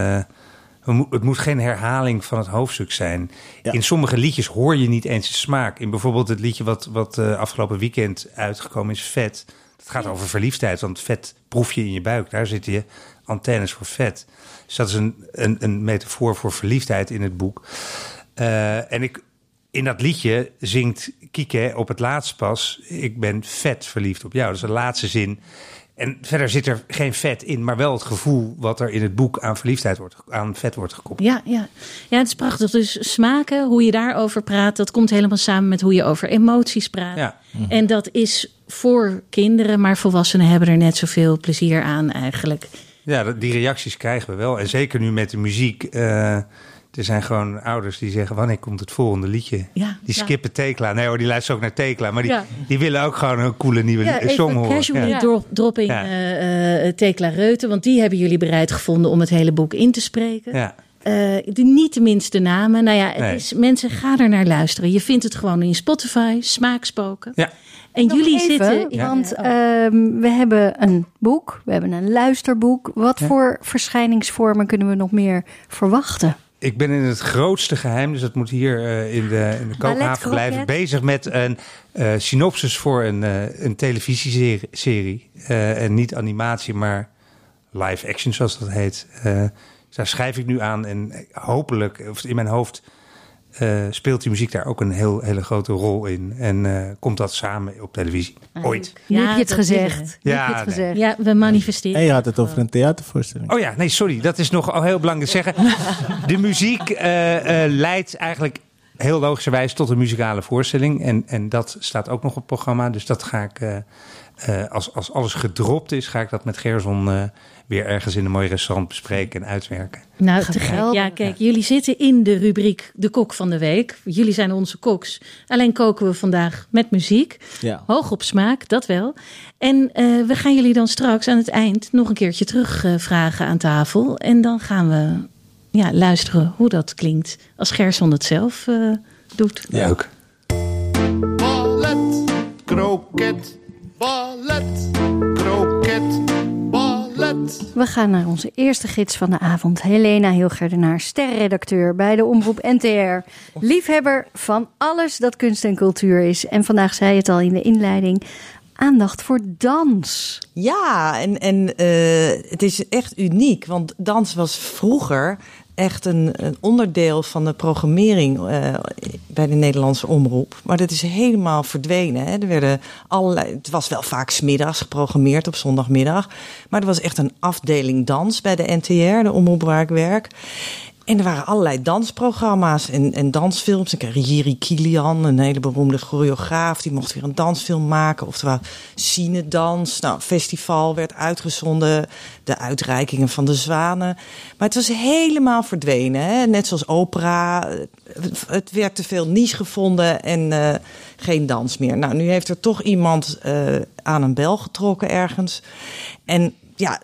het moet geen herhaling van het hoofdstuk zijn. Ja. In sommige liedjes hoor je niet eens de smaak. In bijvoorbeeld het liedje wat afgelopen weekend uitgekomen is, Vet. Het gaat over verliefdheid, want vet proef je in je buik. Daar zitten je antennes voor vet. Dus dat is een metafoor voor verliefdheid in het boek. En in dat liedje zingt Kieke op het laatst pas, ik ben vet verliefd op jou. Dat is de laatste zin. En verder zit er geen vet in, maar wel het gevoel wat er in het boek aan verliefdheid aan vet wordt gekoppeld. Ja, het is prachtig. Dus smaken, hoe je daarover praat, dat komt helemaal samen met hoe je over emoties praat. Ja. En dat is voor kinderen, maar volwassenen hebben er net zoveel plezier aan eigenlijk. Ja, die reacties krijgen we wel. En zeker nu met de muziek. Er zijn gewoon ouders die zeggen, wanneer komt het volgende liedje? Ja, Die ja. skippen Tekla. Nee hoor, die luisteren ook naar Tekla. Maar Ja. die willen ook gewoon een coole nieuwe song horen. Casually Ja. dropping Ja. Tekla Reuten, want die hebben jullie bereid gevonden om het hele boek in te spreken. Ja. Niet de minste namen. Nou ja, Nee. mensen, ga er naar luisteren. Je vindt het gewoon in Spotify, Smaakspoken. Ja. En Nog jullie even, zitten... want we hebben een boek, we hebben een luisterboek. Wat voor verschijningsvormen kunnen we nog meer verwachten? Ik ben in het grootste geheim, dus dat moet hier in de kookhaven blijven, bezig met een synopsis voor een televisieserie. En niet animatie, maar live action zoals dat heet. Daar schrijf ik nu aan en hopelijk, of in mijn hoofd, speelt die muziek daar ook een hele grote rol in. En komt dat samen op televisie. Ooit. Nu heb je het dat gezegd. Ja, nee. Ja, we manifesteren. En je had het over een theatervoorstelling. Oh ja, nee, sorry. Dat is nog heel belangrijk te zeggen. De muziek leidt eigenlijk heel logischerwijs tot een muzikale voorstelling. En dat staat ook nog op het programma. Dus dat ga ik, als alles gedropt is, ga ik dat met Gerson weer ergens in een mooi restaurant bespreken en uitwerken. Nou, te gek. Ja, kijk, jullie zitten in de rubriek De Kok van de Week. Jullie zijn onze koks. Alleen koken we vandaag met muziek. Ja. Hoog op smaak, dat wel. En we gaan jullie dan straks aan het eind nog een keertje terugvragen aan tafel. En dan gaan we luisteren hoe dat klinkt als Gerson het zelf doet. Ja, ook. Ballet, kroket, ballet, kroket, ballet. We gaan naar onze eerste gids van de avond. Helena Hilgerdenaar, sterrenredacteur bij de Omroep NTR. Liefhebber van alles dat kunst en cultuur is. En vandaag zei het al in de inleiding, aandacht voor dans. Ja, en het is echt uniek. Want dans was vroeger echt een onderdeel van de programmering bij de Nederlandse omroep. Maar dat is helemaal verdwenen. Hè. Er werden het was wel vaak 's middags geprogrammeerd op zondagmiddag. Maar er was echt een afdeling dans bij de NTR, de omroep waar ik werk. En er waren allerlei dansprogramma's en dansfilms. Ik kreeg Jiri Kilian, een hele beroemde choreograaf. Die mocht weer een dansfilm maken. Oftewel Cinedans. Nou, festival werd uitgezonden. De uitreikingen van de Zwanen. Maar het was helemaal verdwenen. Hè? Net zoals opera. Het werd te veel niche gevonden en geen dans meer. Nou, nu heeft er toch iemand aan een bel getrokken ergens. En ja,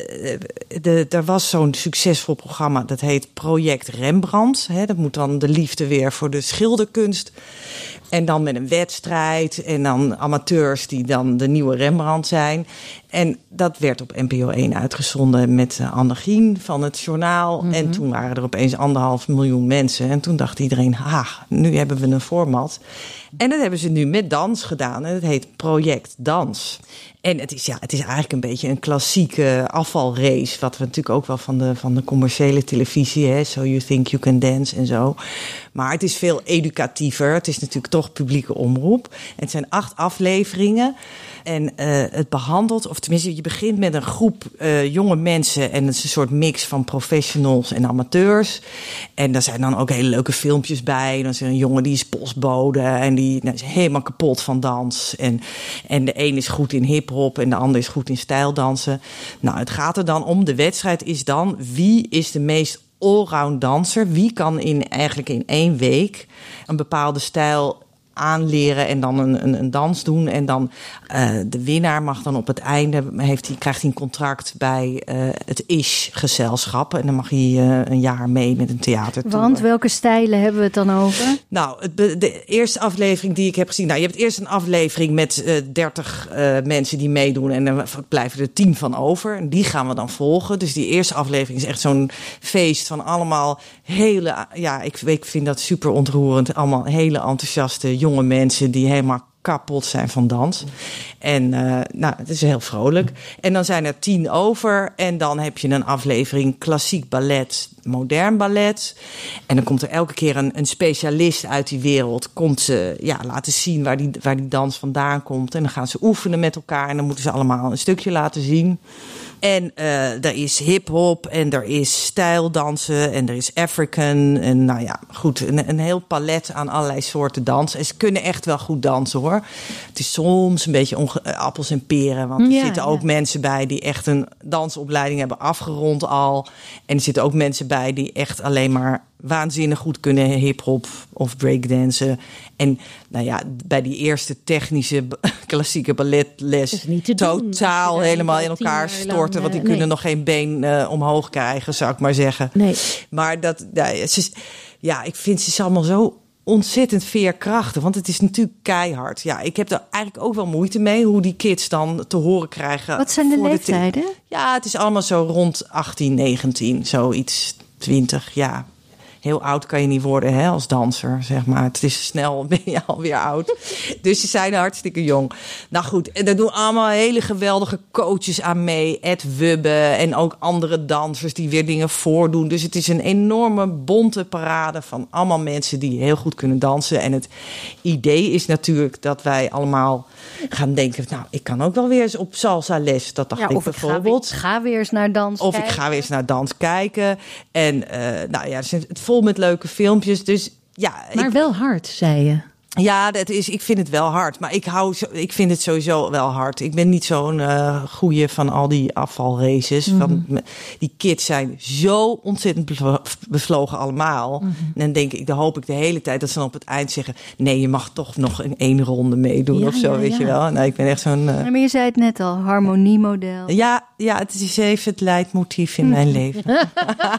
er was zo'n succesvol programma, dat heet Project Rembrandt. Hè, dat moet dan de liefde weer voor de schilderkunst. En dan met een wedstrijd en dan amateurs die dan de nieuwe Rembrandt zijn. En dat werd op NPO 1 uitgezonden met Anne Gien van het journaal. Mm-hmm. En toen waren er opeens 1,5 miljoen mensen. En toen dacht iedereen, nu hebben we een format. En dat hebben ze nu met dans gedaan. En dat heet Project Dans. En het is eigenlijk een beetje een klassieke afvalrace. Wat we natuurlijk ook wel van de commerciële televisie. Hè, So You Think You Can Dance en zo. Maar het is veel educatiever. Het is natuurlijk toch publieke omroep. Het zijn 8 afleveringen. En het behandelt, of tenminste je begint met een groep jonge mensen. En het is een soort mix van professionals en amateurs. En daar zijn dan ook hele leuke filmpjes bij. Dan is er een jongen die is postbode en die is helemaal kapot van dans. En de een is goed in hiphop en de ander is goed in stijldansen. Nou, het gaat er dan om. De wedstrijd is dan, wie is de meest allround danser? Wie kan eigenlijk in 1 week een bepaalde stijl aanleren en dan een dans doen. En dan de winnaar mag dan op het einde, krijgt hij een contract bij het ISH-gezelschap. En dan mag hij een jaar mee met een theatertour. Want welke stijlen hebben we het dan over? Nou, de eerste aflevering die ik heb gezien. Nou, je hebt eerst een aflevering met 30 mensen die meedoen. En dan blijven er 10 van over. En die gaan we dan volgen. Dus die eerste aflevering is echt zo'n feest van allemaal hele... Ja, ik vind dat super ontroerend. Allemaal hele enthousiaste jonge mensen die helemaal kapot zijn van dans. En het is heel vrolijk. En dan zijn er 10 over. En dan heb je een aflevering klassiek ballet, modern ballet. En dan komt er elke keer een specialist uit die wereld. Komt ze laten zien waar die dans vandaan komt. En dan gaan ze oefenen met elkaar. En dan moeten ze allemaal een stukje laten zien. En er is hip-hop en er is stijldansen en er is African. En nou ja, goed, een heel palet aan allerlei soorten dans. En ze kunnen echt wel goed dansen, hoor. Het is soms een beetje appels en peren. Want er zitten ook mensen bij die echt een dansopleiding hebben afgerond al. En er zitten ook mensen bij die echt alleen maar waanzinnig goed kunnen hip-hop of breakdansen. En nou ja, bij die eerste technische klassieke balletles totaal doen, helemaal in elkaar storten. Want die kunnen nog geen been omhoog krijgen, zou ik maar zeggen. Nee. Maar ik vind ze allemaal zo ontzettend veerkrachtig. Want het is natuurlijk keihard. Ja, ik heb er eigenlijk ook wel moeite mee hoe die kids dan te horen krijgen. Wat zijn de leeftijden? Het is allemaal zo rond 18, 19, zoiets 20, ja. heel oud kan je niet worden, hè, als danser, zeg maar. Het is snel, ben je alweer oud. Dus ze zijn hartstikke jong. Nou goed, en daar doen allemaal hele geweldige coaches aan mee. Ed Wubbe en ook andere dansers die weer dingen voordoen. Dus het is een enorme bonte parade van allemaal mensen die heel goed kunnen dansen. En het idee is natuurlijk dat wij allemaal gaan denken, nou, ik kan ook wel weer eens op salsa les. Dat dacht ik bijvoorbeeld. Ik ga weer eens naar dans Of kijken. ik ga weer eens naar dans kijken. En er zit het vol met leuke filmpjes. Dus ja. Maar wel hard, zei je. Ja, ik vind het wel hard. Maar ik vind het sowieso wel hard. Ik ben niet zo'n goeie van al die afvalraces. Die kids zijn zo ontzettend bevlogen allemaal. En dan hoop ik de hele tijd dat ze dan op het eind zeggen, nee, je mag toch nog in 1 ronde meedoen of zo, weet je wel. Nou, ik ben echt zo'n... Maar je zei het net al, harmoniemodel. Ja, het is even het leidmotief in mijn leven.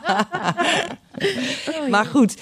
Maar goed,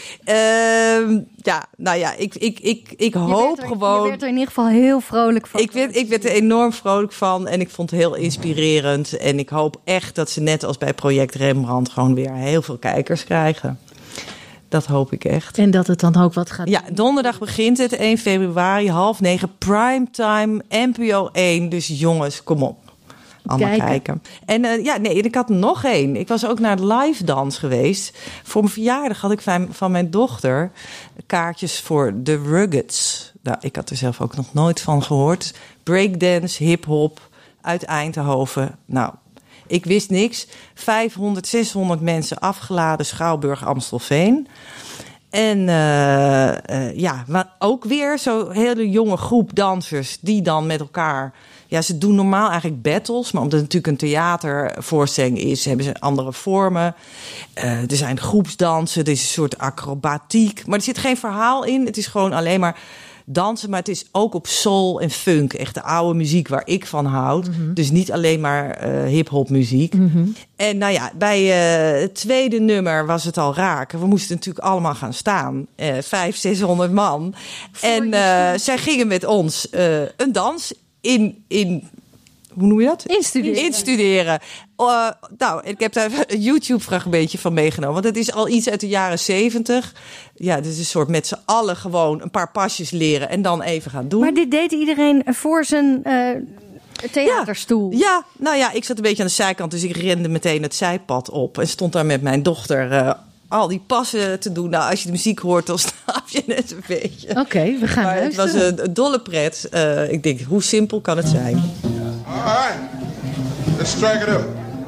ik hoop gewoon... Je werd er in ieder geval heel vrolijk van. Ik werd er enorm vrolijk van en ik vond het heel inspirerend. En ik hoop echt dat ze net als bij Project Rembrandt gewoon weer heel veel kijkers krijgen. Dat hoop ik echt. En dat het dan ook wat gaat... Ja, donderdag begint het, 1 februari, 8:30, primetime, NPO 1. Dus jongens, kom op. Allemaal kijken. En ik had nog 1. Ik was ook naar het live dans geweest. Voor mijn verjaardag had ik van mijn dochter kaartjes voor The Ruggeds. Nou, ik had er zelf ook nog nooit van gehoord. Breakdance, hip-hop uit Eindhoven. Nou, ik wist niks. 500, 600 mensen afgeladen, Schouwburg, Amstelveen. En maar ook weer zo'n hele jonge groep dansers die dan met elkaar... Ja, ze doen normaal eigenlijk battles, maar omdat het natuurlijk een theatervoorstelling is, hebben ze andere vormen. Er zijn groepsdansen, er is een soort acrobatiek, maar er zit geen verhaal in. Het is gewoon alleen maar dansen, maar het is ook op soul en funk, echt de oude muziek waar ik van houd. Mm-hmm. Dus niet alleen maar hip-hop muziek. Mm-hmm. En bij het tweede nummer was het al raak. We moesten natuurlijk allemaal gaan staan, 500-600 man. En zij gingen met ons een dans in hoe noem je dat? Instuderen. Ik heb daar een YouTube-fragmentje van meegenomen. Want het is al iets uit de jaren 70. Ja, het is een soort met z'n allen gewoon een paar pasjes leren en dan even gaan doen. Maar dit deed iedereen voor zijn theaterstoel? Ja, ik zat een beetje aan de zijkant, dus ik rende meteen het zijpad op en stond daar met mijn dochter... al die passen te doen. Nou, als je de muziek hoort, dan snap je het een beetje. Oké, we gaan luisteren. Het was een dolle pret. Ik denk, hoe simpel kan het zijn? All right. Let's strike it up.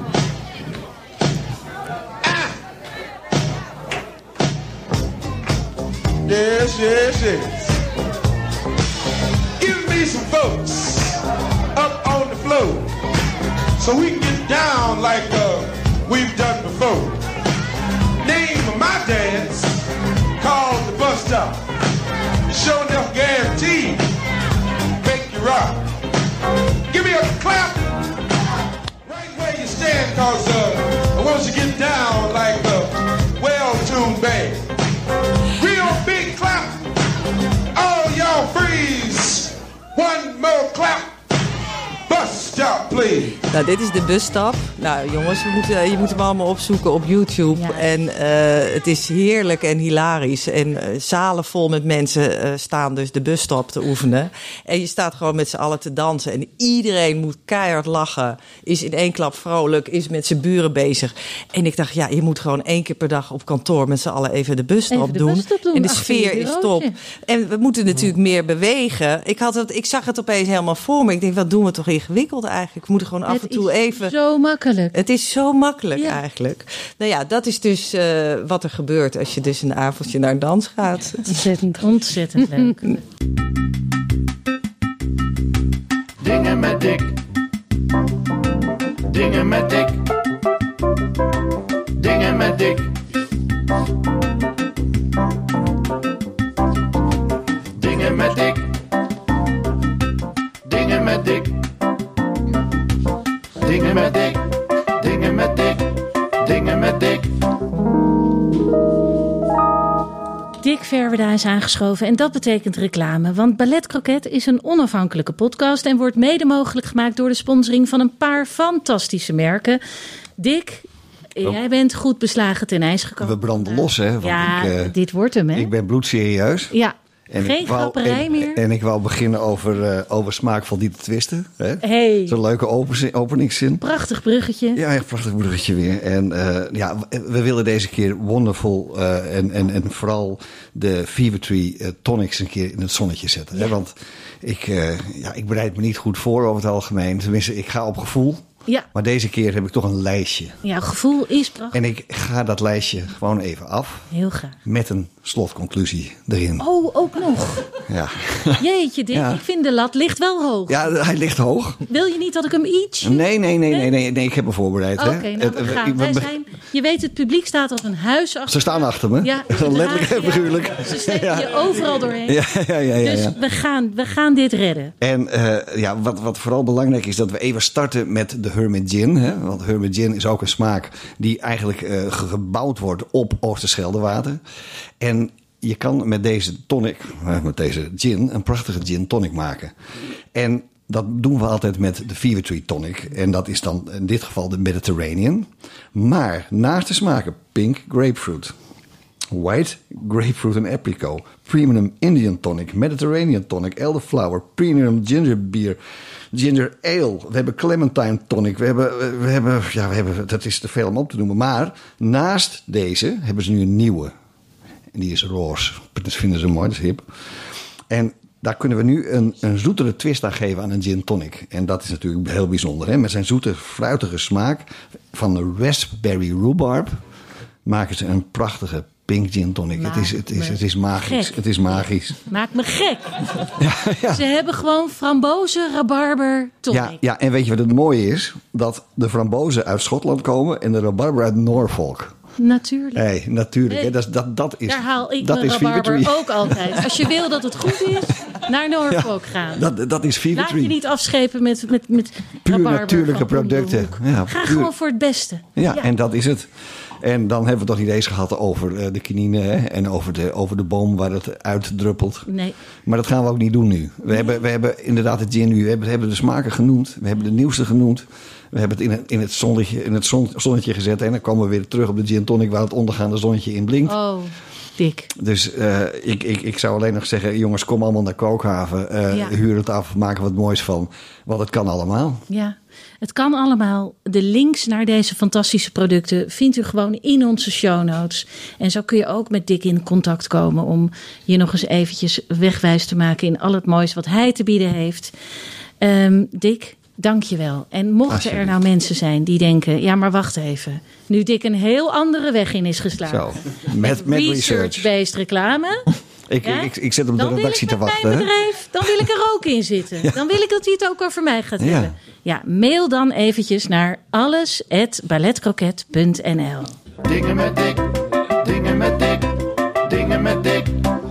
Yes. Give me some folks up on the floor so we can get down like we've done before. Name of my dance called the bus stop. Show enough guarantee, make you rock. Give me a clap right where you stand, cause I want you to get down like a well-tuned band. Real big clap. All y'all freeze. One more clap. Bus stop, please. Nou, dit is de busstap. Nou, jongens, je moet hem allemaal opzoeken op YouTube. Ja. En het is heerlijk en hilarisch. En zalen vol met mensen staan dus de busstap te oefenen. En je staat gewoon met z'n allen te dansen. En iedereen moet keihard lachen. Is in 1 klap vrolijk. Is met zijn buren bezig. En ik dacht, je moet gewoon 1 keer per dag op kantoor met z'n allen even de busstap doen. En de sfeer is top. En we moeten natuurlijk meer bewegen. Ik zag het opeens helemaal voor me. Ik denk, wat doen we toch ingewikkeld eigenlijk? We moeten gewoon af en toe even... Zo makkelijk. Het is zo makkelijk eigenlijk. Nou ja, dat is dus wat er gebeurt als je dus een avondje naar een dans gaat. Ontzettend leuk. Dingen met Dick. Dingen met Dick. Dingen met Dick. Dingen met Dick. Dingen met Dick. Dingen met Dick. Dingen met Dick. Dingen met Dick. Dick Verwerda is aangeschoven en dat betekent reclame. Want Ballet Croquet is een onafhankelijke podcast en wordt mede mogelijk gemaakt door de sponsoring van een paar fantastische merken. Dick, Jij bent goed beslagen ten ijs gekomen. We branden los, hè? Want dit wordt hem, hè? Ik ben bloedserieus. Ja, en geen grapperij meer. En ik wou beginnen over smaakvol die te twisten. Hè? Hey. Zo'n leuke openingszin. Prachtig bruggetje. Ja, echt prachtig bruggetje weer. En we willen deze keer Wonderful en vooral de Fever Tree tonics een keer in het zonnetje zetten. Ja. Hè? Want ik bereid me niet goed voor over het algemeen. Tenminste, ik ga op gevoel. Ja. Maar deze keer heb ik toch een lijstje. Ja, gevoel is prachtig. En ik ga dat lijstje gewoon even af. Heel graag. Met een slotconclusie erin. Oh, ook nog. Ja. Jeetje, Dick, Ja. ik vind de lat ligt wel hoog. Ja, hij ligt hoog. Wil je niet dat ik hem iets... Nee, ik heb me voorbereid. Oké, nou we gaan. Je weet, het publiek staat als een huis achter. Ze staan achter me. Ja, letterlijk en figuurlijk. Ze steken je overal doorheen. Ja. Dus we gaan dit redden. En wat vooral belangrijk is, dat we even starten met de Hermit Gin. Hè? Want Hermit Gin is ook een smaak die eigenlijk gebouwd wordt op Oosterscheldewater. En je kan met deze tonic, met deze gin, een prachtige gin tonic maken. En dat doen we altijd met de Fever Tree tonic. En dat is dan in dit geval de Mediterranean. Maar naast de smaken pink grapefruit, white grapefruit en apricot, premium Indian tonic, Mediterranean tonic, elderflower, premium ginger beer, ginger ale. We hebben clementine tonic. We hebben, dat is te veel om op te noemen. Maar naast deze hebben ze nu een nieuwe. En die is roze. Dat vinden ze mooi, dat is hip. En daar kunnen we nu een zoetere twist aan geven aan een gin tonic. En dat is natuurlijk heel bijzonder. Hè? Met zijn zoete, fruitige smaak van de raspberry rhubarb maken ze een prachtige pink gin tonic. Het is magisch. Gek. Het is magisch. Maakt me gek. Ja. Ze hebben gewoon frambozen, rabarber, tonic. Ja, en weet je wat het mooie is? Dat de frambozen uit Schotland komen en de rabarber uit Norfolk. Natuurlijk. Hey, natuurlijk. Hè? Dat is, daar haal ik dat mijn is Fever rabarber Tree. ook altijd. Als je wil dat het goed is, naar Norfolk gaan. Dat is Fever Laat Tree. je niet afschepen met Puur rabarber natuurlijke van producten. Ja, Ga puur. gewoon voor het beste. Ja, en dat is het. En dan hebben we het nog niet eens gehad over de kinine, hè? En over de boom waar het uitdruppelt. Nee. Maar dat gaan we ook niet doen nu. We hebben inderdaad het gin nu. We hebben de smaken genoemd. We hebben de nieuwste genoemd. We hebben het in het zonnetje gezet. En dan komen we weer terug op de gin tonic waar het ondergaande zonnetje in blinkt. Oh, dik. Dus ik zou alleen nog zeggen, jongens, kom allemaal naar Kookhaven. Huur het af, maak er wat moois van. Want het kan allemaal. Ja, het kan allemaal. De links naar deze fantastische producten vindt u gewoon in onze show notes. En zo kun je ook met Dick in contact komen om je nog eens eventjes wegwijs te maken in al het moois wat hij te bieden heeft. Dick, dank je wel. En mochten er nou mensen zijn die denken, ja, maar wacht even. Nu Dick een heel andere weg in is geslagen. Zo, met research-based reclame. Ik zit op de redactie te wachten. Dan wil ik er ook in zitten. Ja. Dan wil ik dat hij het ook over mij gaat hebben. Ja, mail dan eventjes naar alles@balletcroquet.nl. Dingen met Dick, dingen met Dick, dingen met Dick.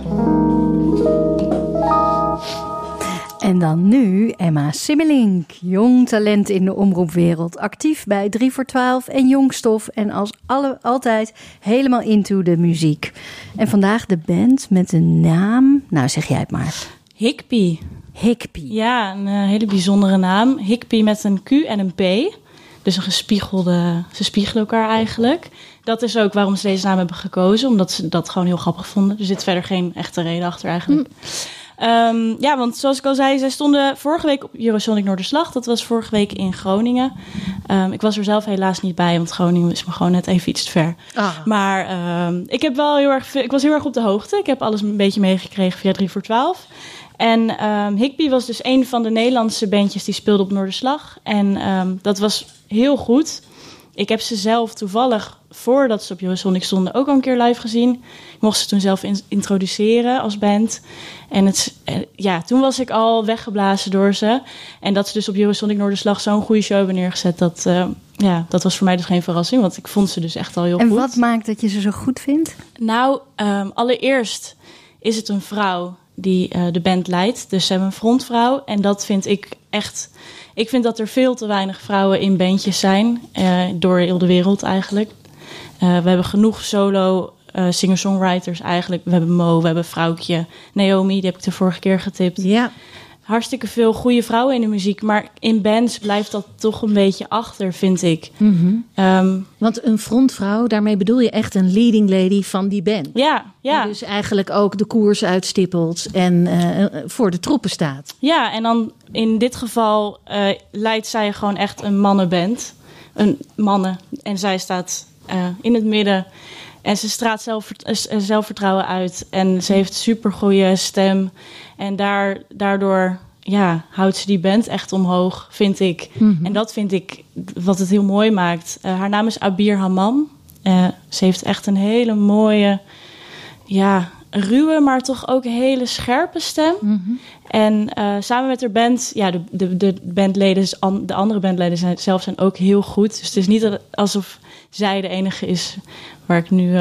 En dan nu Emma Simmelink, jong talent in de omroepwereld. Actief bij 3 voor 12 en Jongstof. En als altijd helemaal into de muziek. En vandaag de band met een naam. Nou, zeg jij het maar. Hikpie. Hikpie. Ja, een hele bijzondere naam. Hikpie met een Q en een P. Dus een ze spiegelen elkaar eigenlijk. Dat is ook waarom ze deze naam hebben gekozen. Omdat ze dat gewoon heel grappig vonden. Er zit verder geen echte reden achter eigenlijk. Ja, want zoals ik al zei, zij stonden vorige week op Eurosonic Noorderslag. Dat was vorige week in Groningen. Ik was er zelf helaas niet bij, want Groningen is me gewoon net even iets te ver. Maar ik was heel erg op de hoogte. Ik heb alles een beetje meegekregen via 3 voor 12. En Hikpie was dus een van de Nederlandse bandjes die speelde op Noorderslag. En dat was heel goed. Ik heb ze zelf toevallig, voordat ze op Eurosonic stonden, ook al een keer live gezien. Ik mocht ze toen zelf introduceren als band. En toen was ik al weggeblazen door ze. En dat ze dus op Eurosonic Noorderslag zo'n goede show hebben neergezet, dat was voor mij dus geen verrassing. Want ik vond ze dus echt al heel goed. En wat maakt dat je ze zo goed vindt? Nou, allereerst is het een vrouw die de band leidt. Dus ze hebben een frontvrouw. En dat vind ik echt... Ik vind dat er veel te weinig vrouwen in bandjes zijn. Door heel de wereld eigenlijk. We hebben genoeg solo singer-songwriters eigenlijk. We hebben Mo, we hebben Vrouwtje. Naomi, die heb ik de vorige keer getipt. Ja. hartstikke veel goede vrouwen in de muziek. Maar in bands blijft dat toch een beetje achter, vind ik. Want een frontvrouw, daarmee bedoel je echt een leading lady van die band. Ja. Die dus eigenlijk ook de koers uitstippelt en voor de troepen staat. Ja, en dan in dit geval leidt zij gewoon echt een mannenband. Een mannen. En zij staat in het midden. En ze straalt zelfvertrouwen uit. En ze heeft super goede stem. En daardoor houdt ze die band echt omhoog, vind ik. En dat vind ik wat het heel mooi maakt. Haar naam is Abir Hammam. Ze heeft echt een hele mooie, ruwe, maar toch ook hele scherpe stem. En samen met haar band, de bandleden, de andere bandleden zijn ook heel goed. Dus het is niet alsof zij de enige is waar ik nu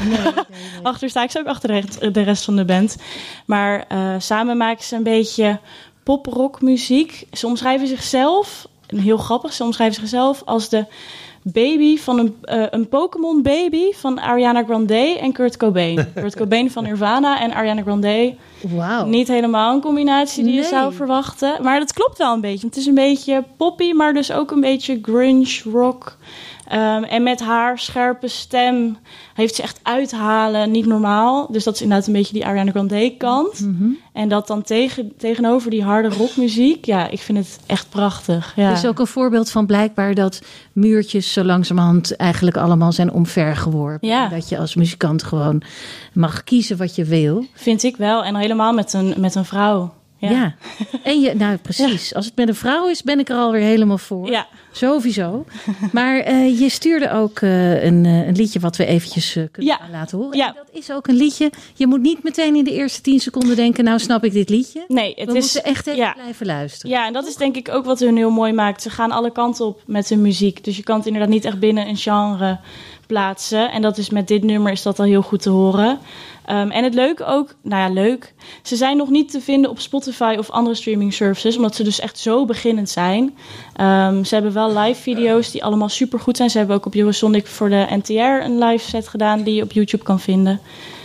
achter sta. Ik sta ook achter de rest van de band. Maar samen maken ze een beetje pop-rock-muziek. Ze omschrijven zichzelf, heel grappig, als de baby van een Pokémon baby van Ariana Grande en Kurt Cobain. Kurt Cobain van Nirvana en Ariana Grande. Wauw. Niet helemaal een combinatie die je zou verwachten. Maar dat klopt wel een beetje. Het is een beetje poppy, maar dus ook een beetje grunge, rock. En met haar scherpe stem heeft ze echt uithalen, niet normaal. Dus dat is inderdaad een beetje die Ariana Grande kant. En dat dan tegenover die harde rockmuziek. Ja, ik vind het echt prachtig. Ja. Het is ook een voorbeeld van blijkbaar dat muurtjes zo langzamerhand eigenlijk allemaal zijn omvergeworpen. Ja. Dat je als muzikant gewoon mag kiezen wat je wil. Vind ik wel. En helemaal met een vrouw. Ja. En precies. Als het met een vrouw is, ben ik er alweer helemaal voor. Ja. Sowieso. Maar je stuurde ook een liedje wat we eventjes kunnen laten horen. Ja. En dat is ook een liedje. Je moet niet meteen in de eerste 10 seconden denken, nou snap ik dit liedje. Nee, we moeten echt even blijven luisteren. Ja, en dat is denk ik ook wat hun heel mooi maakt. Ze gaan alle kanten op met hun muziek. Dus je kan het inderdaad niet echt binnen een genre plaatsen. En dat is met dit nummer is dat al heel goed te horen. En het leuke ook, leuk. Ze zijn nog niet te vinden op Spotify of andere streaming services, omdat ze dus echt zo beginnend zijn. Ze hebben wel live video's die allemaal super goed zijn. Ze hebben ook op Eurosonic voor de NTR een live set gedaan die je op YouTube kan vinden.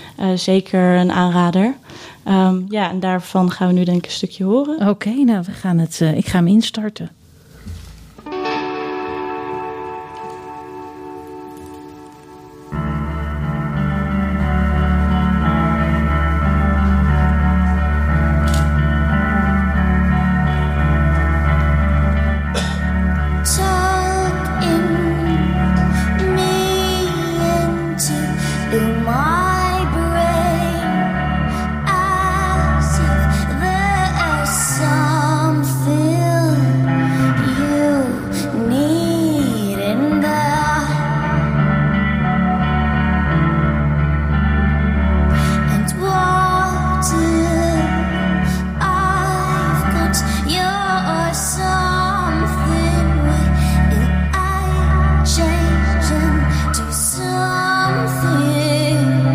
Zeker een aanrader. En daarvan gaan we nu denk ik een stukje horen. Oké, we gaan ik ga hem instarten. Something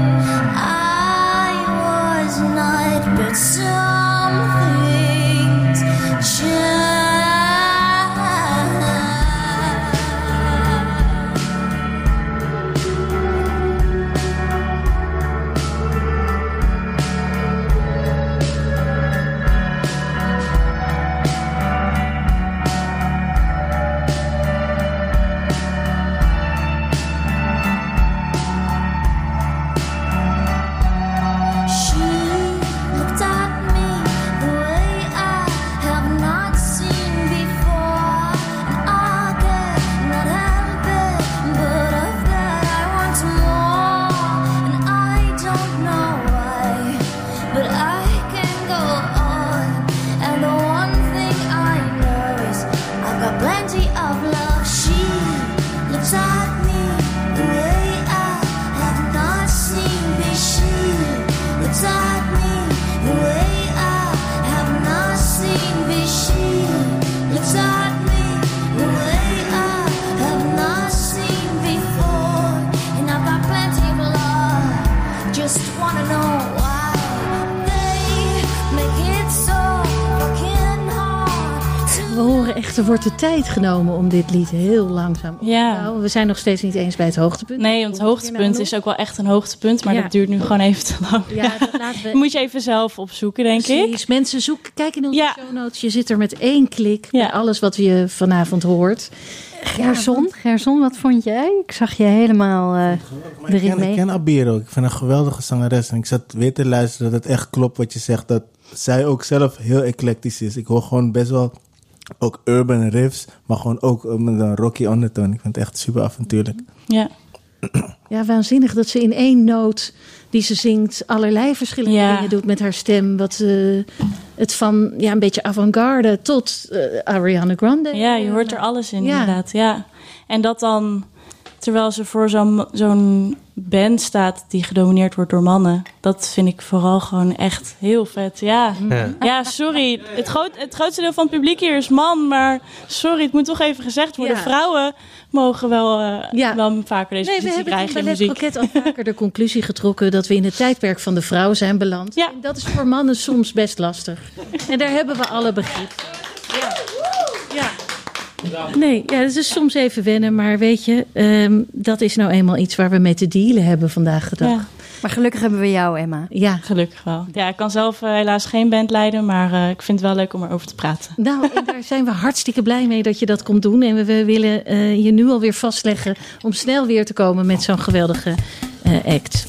er wordt de tijd genomen om dit lied heel langzaam op te bouwen. We zijn nog steeds niet eens bij het hoogtepunt. Nee, want het hoogtepunt is ook wel echt een hoogtepunt. Maar dat duurt nu gewoon even te lang. Ja, dat laten we... moet je even zelf opzoeken, denk ik. Mensen, kijk in onze show notes. Je zit er met 1 klik bij alles wat je vanavond hoort. Gerson, wat vond jij? Ik zag je helemaal erin mee. Ik ken Abir ook. Ik vind een geweldige zangeres. En ik zat weer te luisteren dat het echt klopt wat je zegt. Dat zij ook zelf heel eclectisch is. Ik hoor gewoon best wel ook urban riffs. Maar gewoon ook met een rocky ondertoon. Ik vind het echt super avontuurlijk. Ja. Ja, waanzinnig dat ze in 1 noot die ze zingt allerlei verschillende dingen doet met haar stem. Wat het van een beetje avant-garde tot Ariana Grande. Ja, je hoort er alles in inderdaad. Ja. En dat dan, terwijl ze voor zo'n band staat die gedomineerd wordt door mannen. Dat vind ik vooral gewoon echt heel vet. Ja, sorry. Het grootste deel van het publiek hier is man. Maar sorry, het moet toch even gezegd worden. Vrouwen mogen wel vaker deze positie krijgen in muziek. We hebben in Ballet Croquet al vaker de conclusie getrokken dat we in het tijdperk van de vrouw zijn beland. Ja. En dat is voor mannen soms best lastig. En daar hebben we alle begrip. Ja. Nee, het is soms even wennen, maar weet je, dat is nou eenmaal iets waar we mee te dealen hebben vandaag de dag. Ja. Maar gelukkig hebben we jou, Emma. Ja, gelukkig wel. Ja, ik kan zelf helaas geen band leiden, maar ik vind het wel leuk om erover te praten. Nou, en daar zijn we hartstikke blij mee dat je dat komt doen. En we willen je nu alweer vastleggen om snel weer te komen met zo'n geweldige act.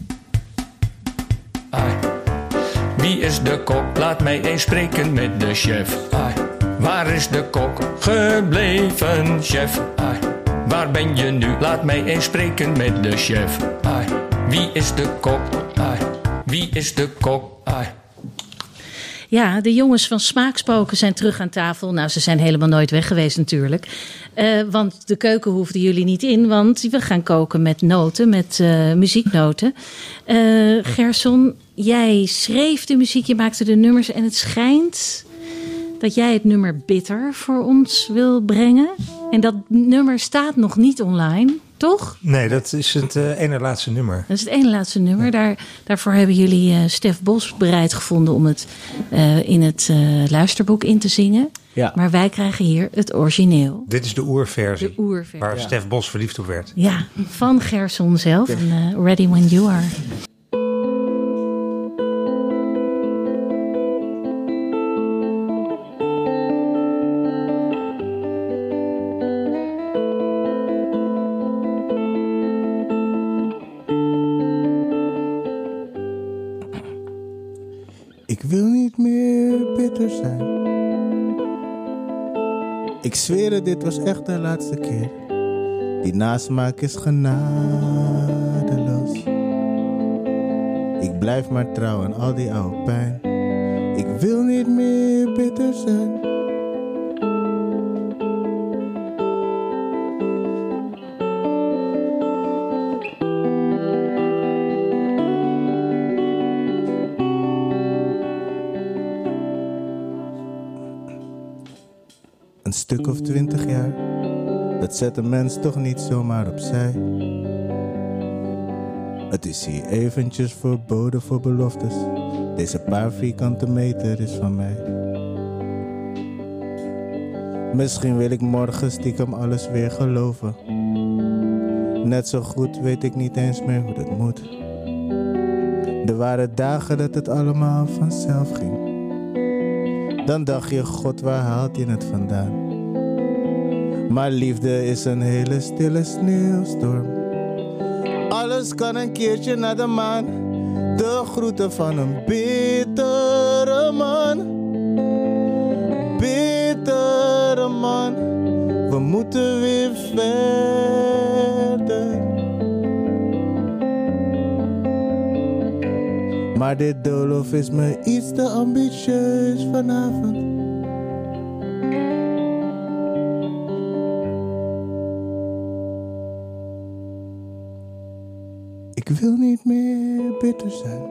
Ai. Wie is de kok? Laat mij eens spreken met de chef. Ai. Waar is de kok gebleven, chef? Ai. Waar ben je nu? Laat mij eens spreken met de chef. Ai. Wie is de kok? Ai. Wie is de kok? Ai. Ja, de jongens van Smaakspoken zijn terug aan tafel. Nou, ze zijn helemaal nooit weg geweest natuurlijk. Want de keuken hoefden jullie niet in. Want we gaan koken met noten, met muzieknoten. Gerson, jij schreef de muziek, je maakte de nummers. En het schijnt dat jij het nummer Bitter voor ons wil brengen. En dat nummer staat nog niet online, toch? Nee, dat is het ene laatste nummer. Dat is het ene laatste nummer. Ja. Daarvoor hebben jullie Stef Bos bereid gevonden om het in het luisterboek in te zingen. Ja. Maar wij krijgen hier het origineel. Dit is de oerversie. Waar Stef Bos verliefd op werd. Ja, van Gerson zelf. En, Ready When You Are. Ik wil niet meer bitter zijn. Ik zweer het, dit was echt de laatste keer. Die nasmaak is genadeloos. Ik blijf maar trouw aan al die oude pijn. Ik wil niet meer bitter zijn. Een stuk of 20 jaar, dat zet een mens toch niet zomaar opzij. Het is hier eventjes verboden voor beloftes. Deze paar vierkante meter is van mij. Misschien wil ik morgen stiekem alles weer geloven. Net zo goed weet ik niet eens meer hoe dat moet. Er waren dagen dat het allemaal vanzelf ging. Dan dacht je, God, waar haalt je het vandaan? Maar liefde is een hele stille sneeuwstorm. Alles kan een keertje naar de maan. De groeten van een bittere man. Bittere man. We moeten weer verder. Maar dit doolhof is me iets te ambitieus vanavond. Ik wil niet meer bitter zijn.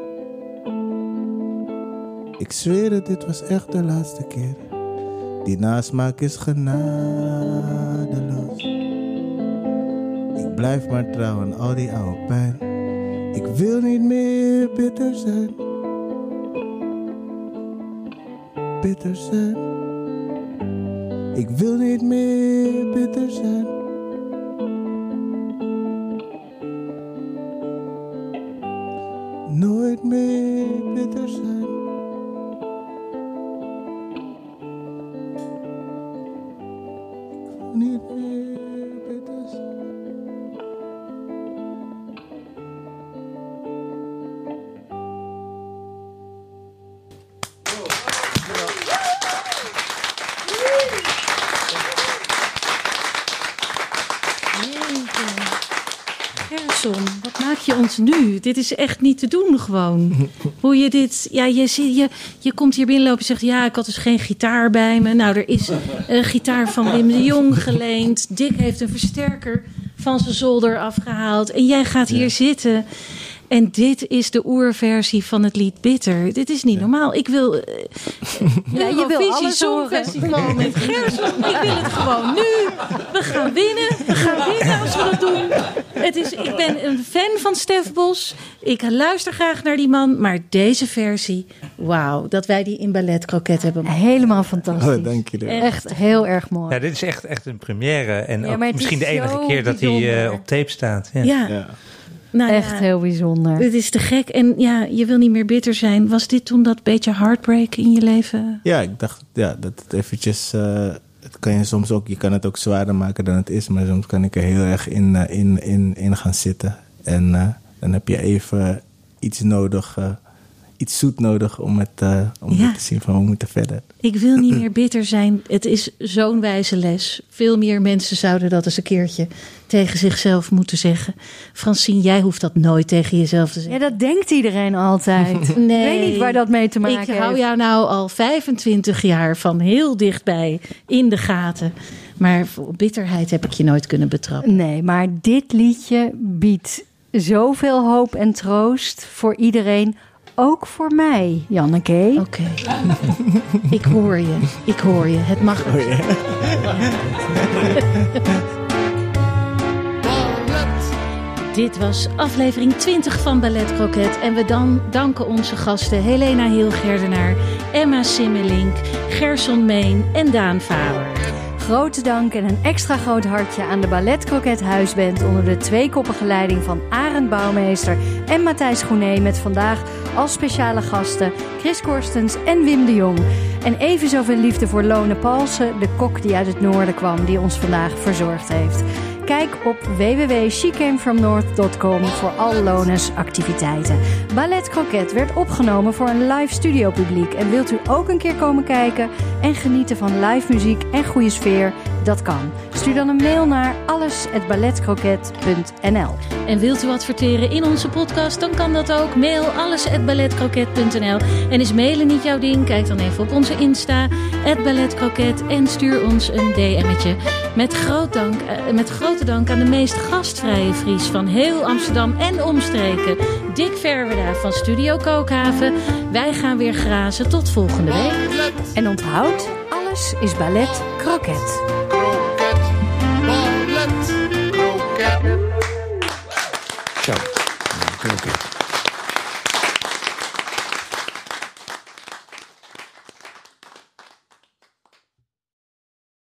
Ik zweer het, dit was echt de laatste keer. Die nasmaak is genadeloos. Ik blijf maar trouw aan al die oude pijn. Ik wil niet meer bitter zijn. Bitter zijn. Ik wil niet meer bitter zijn. Nooit meer bitter zijn. Ik wil niet meer bitter zijn. Gerson, wat maak je ons nu? Dit is echt niet te doen gewoon. Hoe je dit... Ja, je komt hier binnenlopen en zegt... Ja, ik had dus geen gitaar bij me. Nou, er is een gitaar van Wim de Jong geleend. Dick heeft een versterker van zijn zolder afgehaald. En jij gaat hier zitten... En dit is de oerversie van het lied Bitter. Dit is niet normaal. Ik wil... je wil alles Songfestival met Gerson. Ik wil het gewoon nu. We gaan winnen. We gaan winnen als we dat doen. Ik ben een fan van Stef Bos. Ik luister graag naar die man. Maar deze versie... Wauw, dat wij die in Ballet Croquet hebben. Helemaal fantastisch. Oh, dank je. Echt heel erg mooi. Ja, dit is echt een première. En Ja, ook maar het misschien is de enige zo keer dat hij bijzonder. op tape staat. Ja. Ja. Nou, Echt heel bijzonder. Het is te gek. En ja, je wil niet meer bitter zijn. Was dit toen dat beetje heartbreak in je leven? Ja, ik dacht dat het eventjes... het kan je soms ook... Je kan het ook zwaarder maken dan het is. Maar soms kan ik er heel erg in gaan zitten. En dan heb je even iets nodig... iets zoet nodig om het te zien van we moeten verder. Ik wil niet meer bitter zijn. Het is zo'n wijze les. Veel meer mensen zouden dat eens een keertje tegen zichzelf moeten zeggen. Francine, jij hoeft dat nooit tegen jezelf te zeggen. Ja, dat denkt iedereen altijd. Nee. Ik weet niet waar dat mee te maken heeft. Ik hou jou nou al 25 jaar van heel dichtbij in de gaten. Maar voor bitterheid heb ik je nooit kunnen betrappen. Nee, maar dit liedje biedt zoveel hoop en troost voor iedereen. Ook voor mij, Janneke. Oké. Ik hoor je. Het mag. Dit was aflevering 20 van Ballet Croquet. En we danken onze gasten Helena Hilgerdenaar, Emma Simmelink, Gerson Meen en Daan Faber. Grote dank en een extra groot hartje aan de Ballet Croquet Huisband onder de tweekoppige leiding van Arend Bouwmeester en Matthijs Groenee, met vandaag als speciale gasten Chris Korstens en Wim de Jong. En even zoveel liefde voor Lone Palsen, de kok die uit het noorden kwam, die ons vandaag verzorgd heeft. Kijk op www.shecamefromnorth.com voor al Lone's activiteiten. Ballet Croquet werd opgenomen voor een live studiopubliek. En wilt u ook een keer komen kijken en genieten van live muziek en goede sfeer? Dat kan. Stuur dan een mail naar alles@balletcroquet.nl. En wilt u adverteren in onze podcast, dan kan dat ook. Mail alles@balletcroquet.nl. En is mailen niet jouw ding? Kijk dan even op onze Insta @balletcroquet en stuur ons een DM'tje. Met grote dank aan de meest gastvrije Fries van heel Amsterdam en omstreken, Dick Verwerda van Studio Kookhaven. Wij gaan weer grazen. Tot volgende week. En onthoud, alles is Ballet Croquet. Zo, croquet.